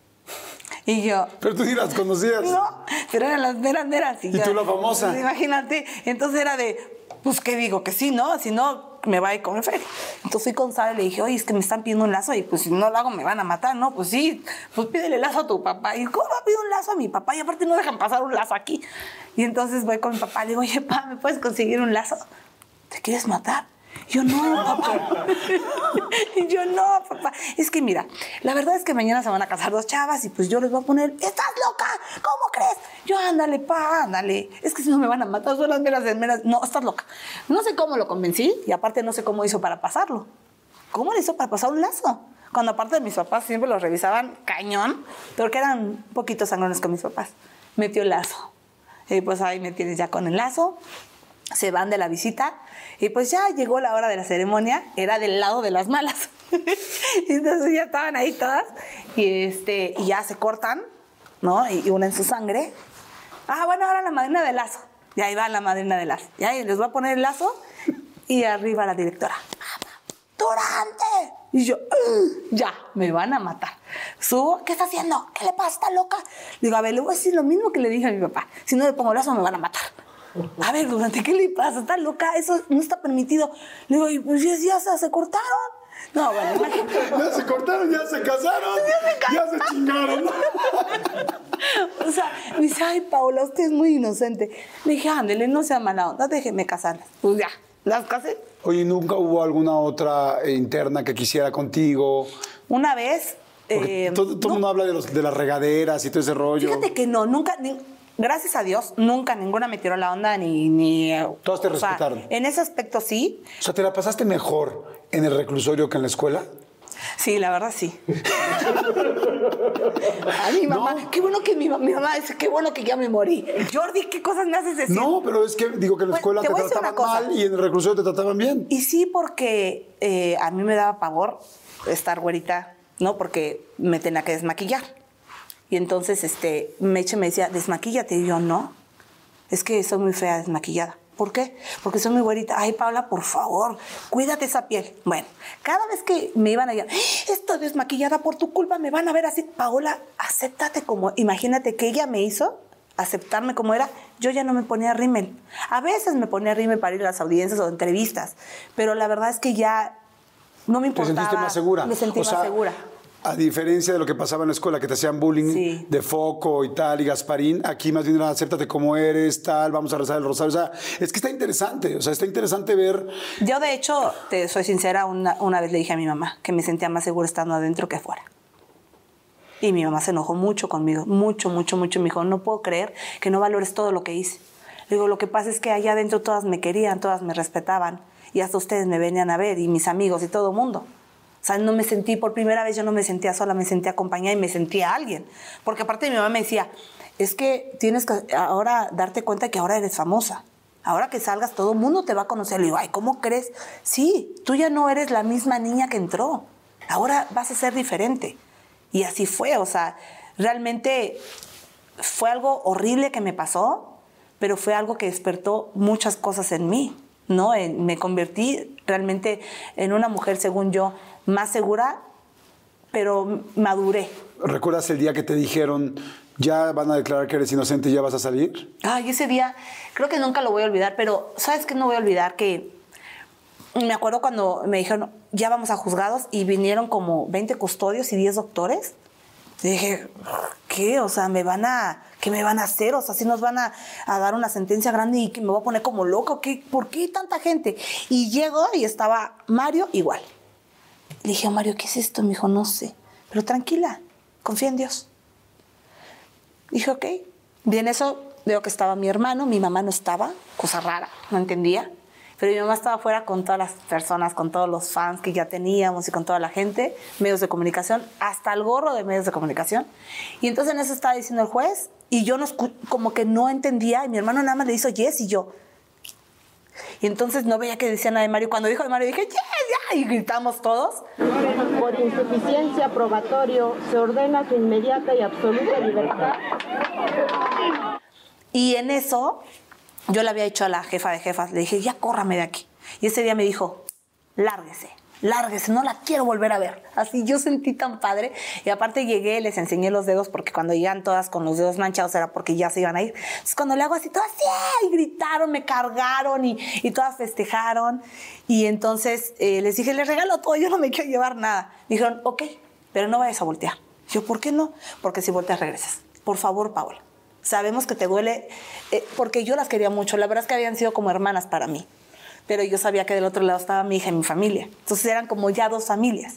Y yo... Pero tú sí las conocías. No, pero eran las meras. ¿Y tú la famosa? Pues, imagínate. Entonces era de, pues, ¿qué digo? Que sí, ¿no? Si no, me va a ir con el feria. Entonces fui con Sara y le dije, oye, es que me están pidiendo un lazo y pues si no lo hago me van a matar, ¿no? Pues sí, pues pídele lazo a tu papá. Y ¿cómo va a pedir un lazo a mi papá? Y aparte no dejan pasar un lazo aquí. Y entonces voy con mi papá y le digo, oye, papá, ¿me puedes conseguir un lazo? ¿Te quieres matar? Y yo, no, papá. Y yo, no, papá. Es que mira, la verdad es que mañana se van a casar dos chavas y pues yo les voy a poner, ¿estás loca? ¿Cómo crees? Yo, ándale, pa, ándale. Es que si no me van a matar, son las meras. No, estás loca. No sé cómo lo convencí y aparte no sé cómo hizo para pasarlo. ¿Cómo le hizo para pasar un lazo? Cuando aparte de mis papás siempre los revisaban cañón, porque eran un poquito sangrones con mis papás. Metió el lazo. Y pues ahí me tienes ya con el lazo. Se van de la visita y pues ya llegó la hora de la ceremonia, era del lado de las malas. Entonces ya estaban ahí todas y ya se cortan, ¿no? Y unen su sangre. Ah, bueno, ahora la madrina del lazo. Y ahí va la madrina del lazo. Y ahí les va a poner el lazo y arriba la directora. ¡Durante! Y yo, ya, me van a matar. Subo, ¿qué está haciendo? ¿Qué le pasa? ¿Está loca? Le digo, a ver, le voy a decir lo mismo que le dije a mi papá. Si no le pongo el lazo me van a matar. A ver, Durante, ¿qué le pasa? ¿Está loca? Eso no está permitido. Le digo, y pues ya se cortaron. No, bueno, imagínate. Ya se cortaron, ya se casaron. Ya se chingaron. O sea, me dice, ay, Paola, usted es muy inocente. Le dije, ándele, no sea mala onda, déjeme casarlas. Pues ya, las casé. Oye, ¿nunca hubo alguna otra interna que quisiera contigo? Una vez... todo el mundo habla de las regaderas y todo ese rollo. Fíjate que no, nunca... Gracias a Dios, nunca ninguna me tiró la onda ni Todas te respetaron. Sea, en ese aspecto sí. O sea, ¿te la pasaste mejor en el reclusorio que en la escuela? Sí, la verdad sí. A mi mamá, ¿no? Qué bueno que mi mamá dice, qué bueno que ya me morí. Jordi, ¿qué cosas me haces decir? No, pero es que digo que en la escuela te trataban mal y en el reclusorio te trataban bien. Y sí, porque a mí me daba pavor estar güerita, ¿no? Porque me tenía que desmaquillar. Y entonces Meche me decía, desmaquíllate. Y yo, no, es que soy muy fea desmaquillada. ¿Por qué? Porque soy muy güerita. Ay, Paula, por favor, cuídate esa piel. Bueno, cada vez que me iban a decir, estoy desmaquillada por tu culpa, me van a ver así. Paola, acéptate como... Imagínate que ella me hizo aceptarme como era. Yo ya no me ponía rímel. A veces me ponía rímel para ir a las audiencias o entrevistas, pero la verdad es que ya no me importaba. ¿Te sentiste más segura? Me sentí más segura. A diferencia de lo que pasaba en la escuela, que te hacían bullying sí. de foco y tal, y Gasparín, aquí más bien era acéptate como eres, tal, vamos a rezar el rosario. O sea, es que está interesante, ver... Yo, de hecho, te soy sincera, una vez le dije a mi mamá que me sentía más segura estando adentro que afuera. Y mi mamá se enojó mucho conmigo, mucho. Me dijo, no puedo creer que no valores todo lo que hice. Le digo, lo que pasa es que allá adentro todas me querían, todas me respetaban, y hasta ustedes me venían a ver, y mis amigos y todo el mundo. O sea, no me sentí, por primera vez yo no me sentía sola, me sentía acompañada y me sentía alguien. Porque aparte mi mamá me decía, es que tienes que ahora darte cuenta que ahora eres famosa. Ahora que salgas todo el mundo te va a conocer. Le digo, ay, ¿cómo crees? Sí, tú ya no eres la misma niña que entró. Ahora vas a ser diferente. Y así fue, o sea, realmente fue algo horrible que me pasó, pero fue algo que despertó muchas cosas en mí, ¿no? Me convertí realmente en una mujer, según yo, más segura, pero maduré. ¿Recuerdas el día que te dijeron, ya van a declarar que eres inocente y ya vas a salir? Ay, ese día, creo que nunca lo voy a olvidar, pero ¿sabes qué? No voy a olvidar que me acuerdo cuando me dijeron, ya vamos a juzgados, y vinieron como 20 custodios y 10 doctores. Y dije, ¿qué? O sea, ¿qué me van a hacer? O sea, si nos van a dar una sentencia grande y que me voy a poner como loco. ¿Por qué tanta gente? Y llego y estaba Mario igual. Le dije a Mario, ¿qué es esto? Me dijo, no sé. Pero tranquila, confía en Dios. Dije, ok. Bien, eso veo que estaba mi hermano, mi mamá no estaba, cosa rara, no entendía. Pero mi mamá estaba afuera con todas las personas, con todos los fans que ya teníamos y con toda la gente, medios de comunicación, hasta el gorro de medios de comunicación. Y entonces en eso estaba diciendo el juez y yo como que no entendía y mi hermano nada más le hizo yes y yo. Y entonces no veía que decía nada de Mario. Cuando dijo de Mario dije yes, ya, y gritamos todos. Por insuficiencia probatorio se ordena su inmediata y absoluta libertad. Y en eso yo le había dicho a la jefa de jefas, le dije, ya córrame de aquí. Y ese día me dijo, lárguese, no la quiero volver a ver. Así yo sentí tan padre. Y aparte llegué, les enseñé los dedos, porque cuando llegan todas con los dedos manchados era porque ya se iban a ir. Entonces cuando le hago así, todas ¡sí! Y gritaron, me cargaron y todas festejaron. Y entonces les dije, les regalo todo, yo no me quiero llevar nada. Dijeron, ok, pero no vayas a voltear. Yo, ¿por qué no? Porque si volteas regresas. Por favor, Paola. Sabemos que te duele, porque yo las quería mucho. La verdad es que habían sido como hermanas para mí. Pero yo sabía que del otro lado estaba mi hija y mi familia. Entonces eran como ya dos familias.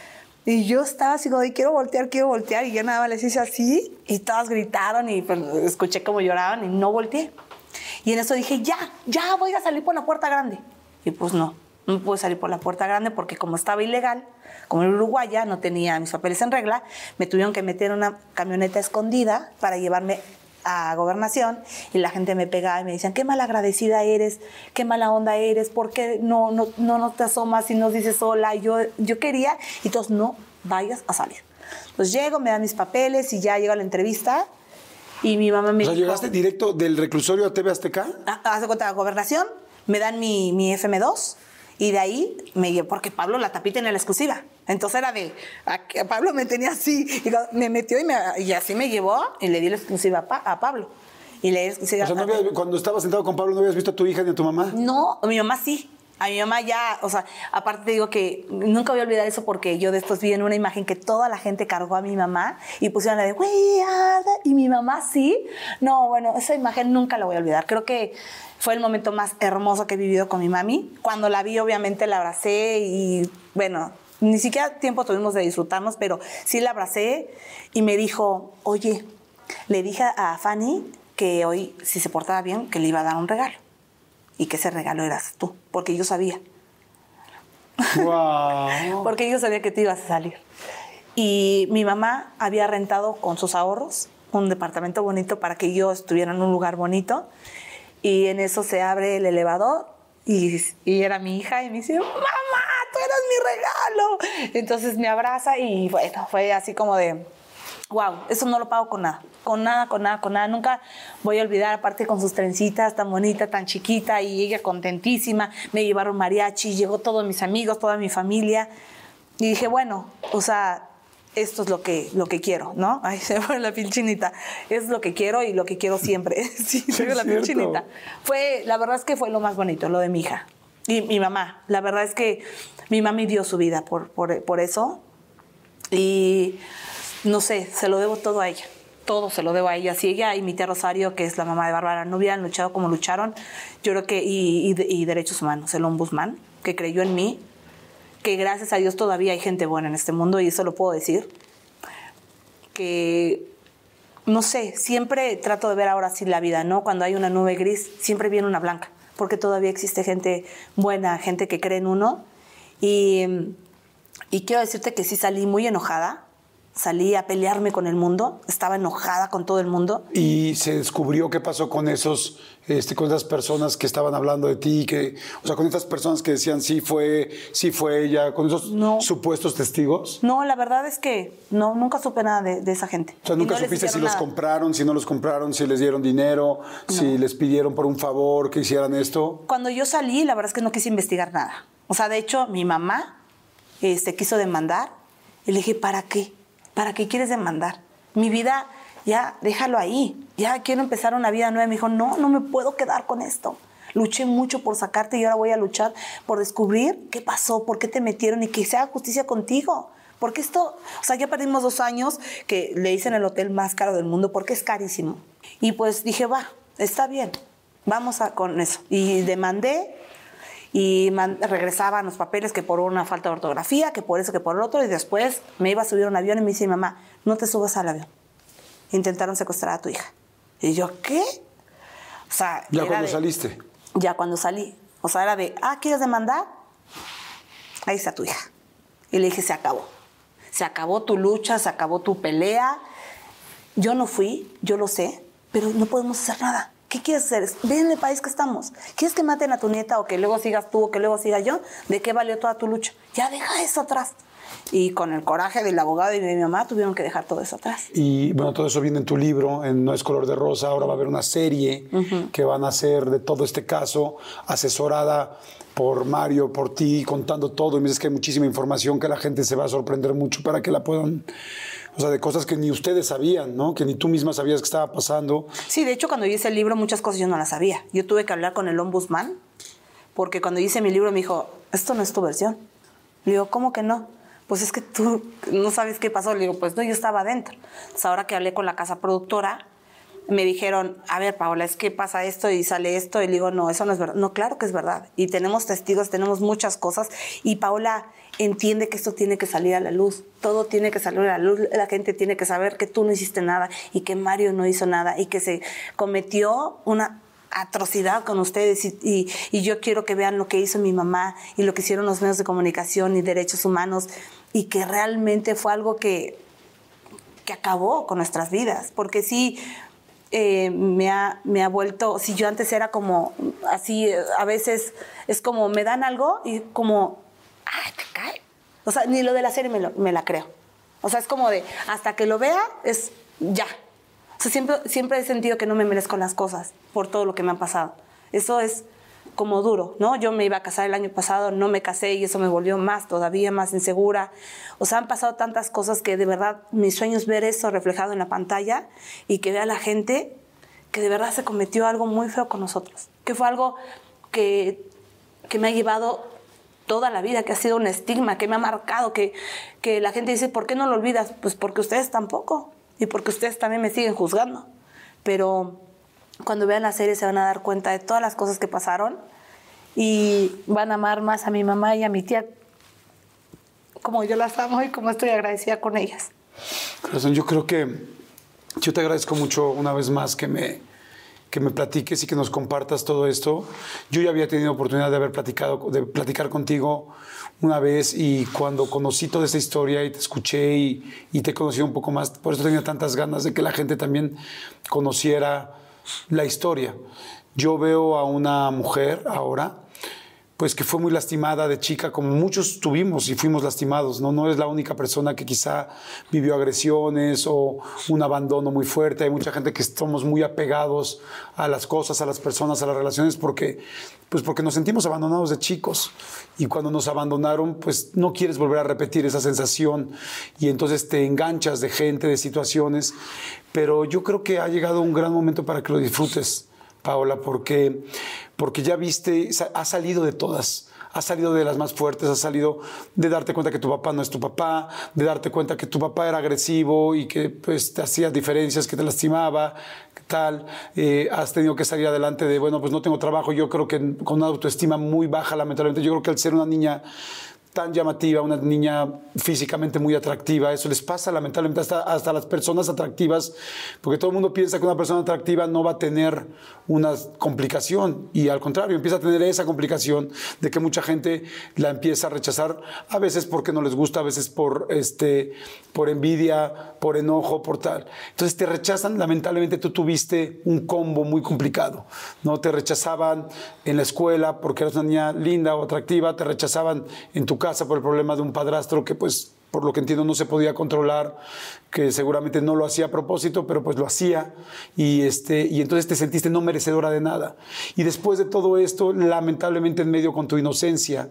Y yo estaba así como, quiero voltear. Y yo nada más les hice así. Y todas gritaron y pues, escuché cómo lloraban y no volteé. Y en eso dije, ya voy a salir por la puerta grande. Y pues no pude salir por la puerta grande porque como estaba ilegal, como era uruguaya, no tenía mis papeles en regla, me tuvieron que meter en una camioneta escondida para llevarme a Gobernación y la gente me pegaba y me decían, qué malagradecida eres, qué mala onda eres, ¿por qué no te asomas y nos dices hola? Y yo quería, y todos, no vayas a salir. Entonces llego, me dan mis papeles y ya llego a la entrevista y mi mamá me dijo... ¿llegaste directo del reclusorio a TV Azteca? Hace cuenta, a Gobernación, me dan mi FM2 y de ahí me llevo, porque Pablo la tapita en la exclusiva. Entonces era Pablo me tenía así, y me metió y así me llevó y le di la exclusiva a Pablo. Y le di la exclusiva. O sea, cuando estabas sentado con Pablo, ¿no habías visto a tu hija ni a tu mamá? No, a mi mamá sí. A mi mamá ya, o sea, aparte te digo que nunca voy a olvidar eso porque yo después vi en una imagen que toda la gente cargó a mi mamá y pusieron la de We are the... y mi mamá sí. No, bueno, esa imagen nunca la voy a olvidar. Creo que fue el momento más hermoso que he vivido con mi mami. Cuando la vi, obviamente la abracé y, bueno, ni siquiera tiempo tuvimos de disfrutarnos, pero sí la abracé y me dijo, oye, le dije a Fanny que hoy, si se portaba bien, que le iba a dar un regalo. Y que ese regalo eras tú, porque yo sabía. Wow. Porque yo sabía que te ibas a salir. Y mi mamá había rentado con sus ahorros un departamento bonito para que yo estuviera en un lugar bonito. Y en eso se abre el elevador y era mi hija y me dice, mamá, tú eras mi regalo. Entonces me abraza y bueno, fue así como de... Wow, eso no lo pago con nada. Con nada. Nunca voy a olvidar, aparte con sus trencitas tan bonita, tan chiquita, y ella contentísima. Me llevaron mariachi, llegó todos mis amigos, toda mi familia. Y dije, bueno, o sea, esto es lo que quiero, ¿no? Ay, se me fue la piel chinita. Es lo que quiero y lo que quiero siempre. Sí, se me fue la piel chinita. La verdad es que fue lo más bonito, lo de mi hija. Y mi mamá. La verdad es que mi mami dio su vida por eso. Y... no sé, se lo debo todo a ella. Todo se lo debo a ella. Si ella y mi tía Rosario, que es la mamá de Bárbara, no hubieran luchado como lucharon, yo creo que... Y Derechos Humanos, el ombudsman, que creyó en mí, que gracias a Dios todavía hay gente buena en este mundo, y eso lo puedo decir, que... no sé, siempre trato de ver ahora sí la vida, ¿no? Cuando hay una nube gris, siempre viene una blanca, porque todavía existe gente buena, gente que cree en uno. Y quiero decirte que sí salí muy enojada. Salí a pelearme con el mundo, estaba enojada con todo el mundo. Y se descubrió qué pasó con con esas personas que estaban hablando de ti, o sea, con estas personas que decían sí fue ella, con esos supuestos testigos. No, la verdad es que no, nunca supe nada de esa gente. O sea, nunca supiste si los compraron, si no los compraron, si les dieron dinero, si les pidieron por un favor que hicieran esto. Cuando yo salí, la verdad es que no quise investigar nada. O sea, de hecho, mi mamá quiso demandar y le dije, ¿para qué? ¿Para qué quieres demandar? Mi vida, ya, déjalo ahí. Ya quiero empezar una vida nueva. Me dijo, no me puedo quedar con esto. Luché mucho por sacarte y ahora voy a luchar por descubrir qué pasó, por qué te metieron y que se haga justicia contigo. Porque esto, o sea, ya perdimos 2 años que le hice en el hotel más caro del mundo porque es carísimo. Y pues dije, va, está bien, vamos con eso. Y demandé y regresaban los papeles que por una falta de ortografía, que por eso, que por el otro, y después me iba a subir a un avión y me dice mi mamá, no te subas al avión. Intentaron secuestrar a tu hija. Y yo, ¿qué? O sea, ¿Ya cuando saliste? Ya cuando salí. O sea, era de, ¿quieres demandar? Ahí está tu hija. Y le dije, se acabó. Se acabó tu lucha, se acabó tu pelea. Yo no fui, yo lo sé, pero no podemos hacer nada. ¿Qué quieres hacer? Ve en el país que estamos. ¿Quieres que maten a tu nieta o que luego sigas tú o que luego siga yo? ¿De qué valió toda tu lucha? Ya deja eso atrás. Y con el coraje del abogado y de mi mamá tuvieron que dejar todo eso atrás. Y bueno, todo eso viene en tu libro, en No es color de rosa. Ahora va a haber una serie que van a hacer de todo este caso, asesorada por Mario, por ti, contando todo. Y me dices que hay muchísima información que la gente se va a sorprender mucho para que la puedan... O sea, de cosas que ni ustedes sabían, ¿no? Que ni tú misma sabías que estaba pasando. Sí, de hecho, cuando yo hice el libro, muchas cosas yo no las sabía. Yo tuve que hablar con el ombudsman, porque cuando hice mi libro me dijo, esto no es tu versión. Le digo, ¿cómo que no? Pues es que tú no sabes qué pasó. Le digo, pues no, yo estaba adentro. Entonces, ahora que hablé con la casa productora, me dijeron, a ver, Paola, es que pasa esto y sale esto. Y le digo, no, eso no es verdad. No, claro que es verdad. Y tenemos testigos, tenemos muchas cosas. Y Paola entiende que esto tiene que salir a la luz. Todo tiene que salir a la luz. La gente tiene que saber que tú no hiciste nada y que Mario no hizo nada y que se cometió una atrocidad con ustedes. Y yo quiero que vean lo que hizo mi mamá y lo que hicieron los medios de comunicación y derechos humanos y que realmente fue algo que acabó con nuestras vidas. Porque sí... me ha vuelto, si yo antes era como así, a veces es como me dan algo y como, te cae. O sea, ni lo de la serie me la creo. O sea, es como de, hasta que lo vea, es ya. O sea, siempre he sentido que no me merezco las cosas por todo lo que me ha pasado. Eso es como duro, ¿no? Yo me iba a casar el año pasado, no me casé y eso me volvió todavía más insegura. O sea, han pasado tantas cosas que de verdad mi sueño es ver eso reflejado en la pantalla y que vea la gente que de verdad se cometió algo muy feo con nosotros, que fue algo que me ha llevado toda la vida, que ha sido un estigma, que me ha marcado, que la gente dice, ¿por qué no lo olvidas? Pues porque ustedes tampoco y porque ustedes también me siguen juzgando. Pero cuando vean la serie se van a dar cuenta de todas las cosas que pasaron y van a amar más a mi mamá y a mi tía como yo las amo y como estoy agradecida con ellas. Corazón, yo creo que yo te agradezco mucho una vez más que me platiques y que nos compartas todo esto. Yo ya había tenido oportunidad de platicar contigo una vez y cuando conocí toda esta historia y te escuché y te conocí un poco más, por eso tenía tantas ganas de que la gente también conociera la historia. Yo veo a una mujer ahora, pues que fue muy lastimada de chica, como muchos tuvimos y fuimos lastimados, ¿no? No es la única persona que quizá vivió agresiones o un abandono muy fuerte. Hay mucha gente que estamos muy apegados a las cosas, a las personas, a las relaciones, porque nos sentimos abandonados de chicos. Y cuando nos abandonaron, pues no quieres volver a repetir esa sensación y entonces te enganchas de gente, de situaciones. Pero yo creo que ha llegado un gran momento para que lo disfrutes, Paola, porque ya viste, has salido de todas, has salido de las más fuertes, has salido de darte cuenta que tu papá no es tu papá, de darte cuenta que tu papá era agresivo y que pues te hacía diferencias, que te lastimaba, tal, has tenido que salir adelante de, bueno, pues no tengo trabajo. Yo creo que con una autoestima muy baja, lamentablemente, yo creo que al ser una niña tan llamativa, una niña físicamente muy atractiva, eso les pasa lamentablemente hasta a las personas atractivas, porque todo el mundo piensa que una persona atractiva no va a tener una complicación y al contrario, empieza a tener esa complicación de que mucha gente la empieza a rechazar, a veces porque no les gusta, a veces por envidia, por enojo, por tal. Entonces te rechazan, lamentablemente tú tuviste un combo muy complicado, ¿no? Te rechazaban en la escuela porque eras una niña linda o atractiva, te rechazaban en tu casa por el problema de un padrastro que pues por lo que entiendo no se podía controlar, que seguramente no lo hacía a propósito, pero pues lo hacía y entonces te sentiste no merecedora de nada. Y después de todo esto, lamentablemente en medio con tu inocencia,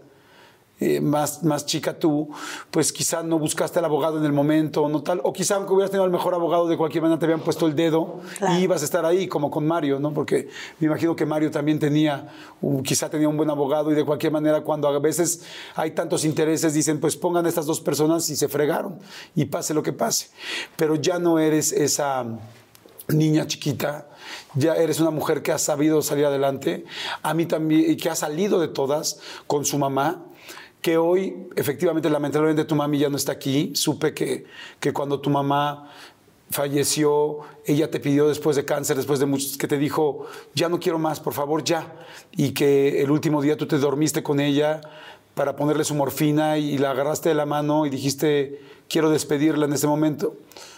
más chica tú, pues quizá no buscaste al abogado en el momento, no tal, o quizá aunque hubieras tenido al mejor abogado, de cualquier manera te habían puesto el dedo, claro, y ibas a estar ahí, como con Mario, ¿no? Porque me imagino que Mario también quizá tenía un buen abogado y de cualquier manera cuando a veces hay tantos intereses dicen, pues pongan a estas dos personas y se fregaron y pase lo que pase. Pero ya no eres esa niña chiquita, ya eres una mujer que ha sabido salir adelante, a mí también, y que ha salido de todas con su mamá, que hoy, efectivamente, lamentablemente tu mami ya no está aquí. Supe que cuando tu mamá falleció, ella te pidió después de cáncer, después de muchos, que te dijo, ya no quiero más, por favor, ya. Y que el último día tú te dormiste con ella para ponerle su morfina y la agarraste de la mano y dijiste, quiero despedirla en este momento.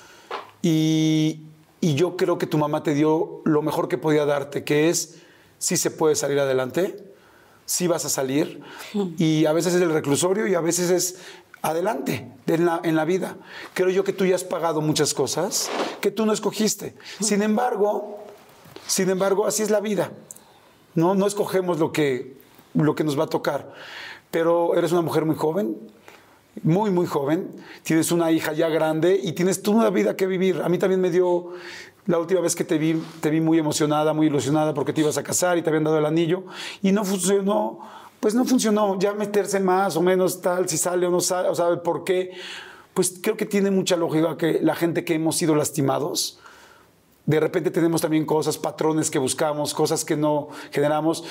Y yo creo que tu mamá te dio lo mejor que podía darte, que es, sí se puede salir adelante, sí vas a salir, y a veces es el reclusorio y a veces es adelante en la vida. Creo yo que tú ya has pagado muchas cosas que tú no escogiste. Sin embargo, así es la vida. No escogemos lo que nos va a tocar. Pero eres una mujer muy joven, muy, muy joven. Tienes una hija ya grande y tienes toda una vida que vivir. A mí también me dio... La última vez que te vi muy emocionada, muy ilusionada porque te ibas a casar y te habían dado el anillo y no funcionó. Pues no funcionó. Ya meterse más o menos tal, si sale o no sale, o sabe por qué. Pues creo que tiene mucha lógica que la gente que hemos sido lastimados, de repente tenemos también cosas, patrones que buscamos, cosas que no generamos.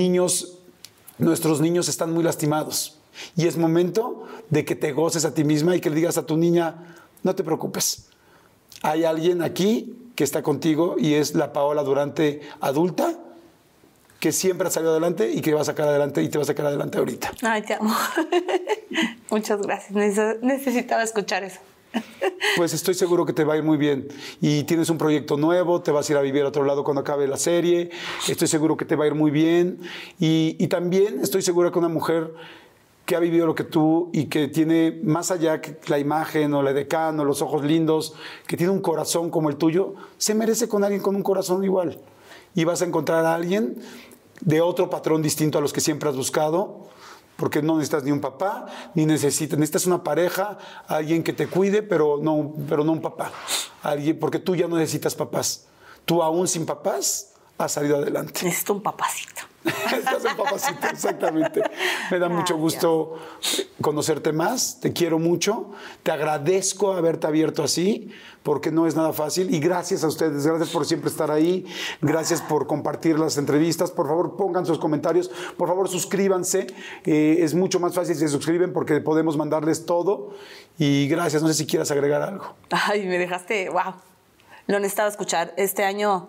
Nuestros niños están muy lastimados y es momento de que te goces a ti misma y que le digas a tu niña, no te preocupes. Hay alguien aquí que está contigo y es la Paola Durante adulta, que siempre ha salido adelante y que va a sacar adelante y te va a sacar adelante ahorita. Ay, te amo. Muchas gracias. Necesitaba escuchar eso. Pues estoy seguro que te va a ir muy bien. Y tienes un proyecto nuevo, te vas a ir a vivir a otro lado cuando acabe la serie. Estoy seguro que te va a ir muy bien. Y también estoy segura que una mujer que ha vivido lo que tú y que tiene más allá que la imagen o la edecán o los ojos lindos, que tiene un corazón como el tuyo, se merece con alguien con un corazón igual. Y vas a encontrar a alguien de otro patrón distinto a los que siempre has buscado, porque no necesitas ni un papá, necesitas una pareja, alguien que te cuide, pero no un papá. Porque tú ya no necesitas papás. Tú aún sin papás has salido adelante. Necesito un papacito. Estás en papacito, exactamente. Me da mucho gusto conocerte más, te quiero mucho, te agradezco haberte abierto así, porque no es nada fácil, y gracias a ustedes, gracias por siempre estar ahí, gracias por compartir las entrevistas. Por favor, pongan sus comentarios, por favor, suscríbanse, es mucho más fácil si se suscriben porque podemos mandarles todo, y gracias. No sé si quieras agregar algo. Ay, me dejaste, wow, lo necesitaba escuchar. Este año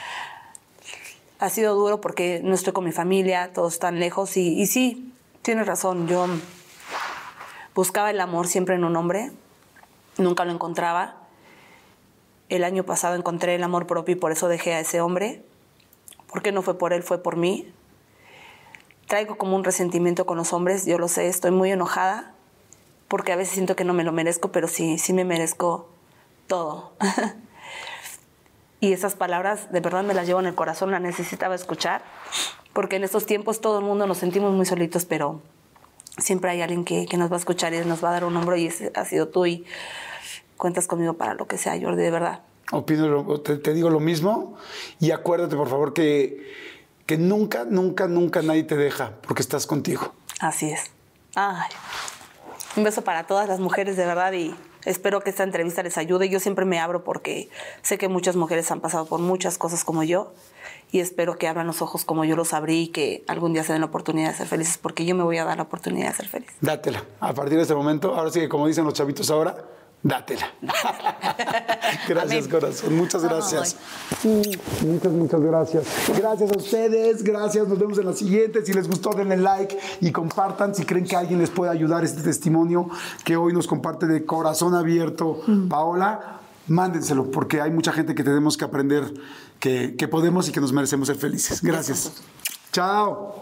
ha sido duro porque no estoy con mi familia, todos están lejos y sí, tienes razón, yo buscaba el amor siempre en un hombre, nunca lo encontraba. El año pasado encontré el amor propio y por eso dejé a ese hombre, porque no fue por él, fue por mí. Traigo como un resentimiento con los hombres, yo lo sé, estoy muy enojada porque a veces siento que no me lo merezco, pero sí me merezco todo. Y esas palabras de verdad me las llevo en el corazón, las necesitaba escuchar, porque en estos tiempos todo el mundo nos sentimos muy solitos, pero siempre hay alguien que nos va a escuchar y nos va a dar un hombro, y ese ha sido tú, y cuentas conmigo para lo que sea, Jordi, de verdad. Opino, te digo lo mismo, y acuérdate, por favor, que nunca nadie te deja, porque estás contigo. Así es. Ay, un beso para todas las mujeres, de verdad, y espero que esta entrevista les ayude. Yo siempre me abro porque sé que muchas mujeres han pasado por muchas cosas como yo, y espero que abran los ojos como yo los abrí y que algún día se den la oportunidad de ser felices, porque yo me voy a dar la oportunidad de ser feliz. Dátela. A partir de este momento, ahora sí que como dicen los chavitos ahora, dátela. Gracias, amén. Corazón. Muchas gracias. Muchas gracias. Gracias a ustedes. Gracias. Nos vemos en la siguiente. Si les gustó, denle like y compartan. Si creen que alguien les puede ayudar este testimonio que hoy nos comparte de corazón abierto Paola, mándenselo, porque hay mucha gente que tenemos que aprender que podemos y que nos merecemos ser felices. Gracias. Chao.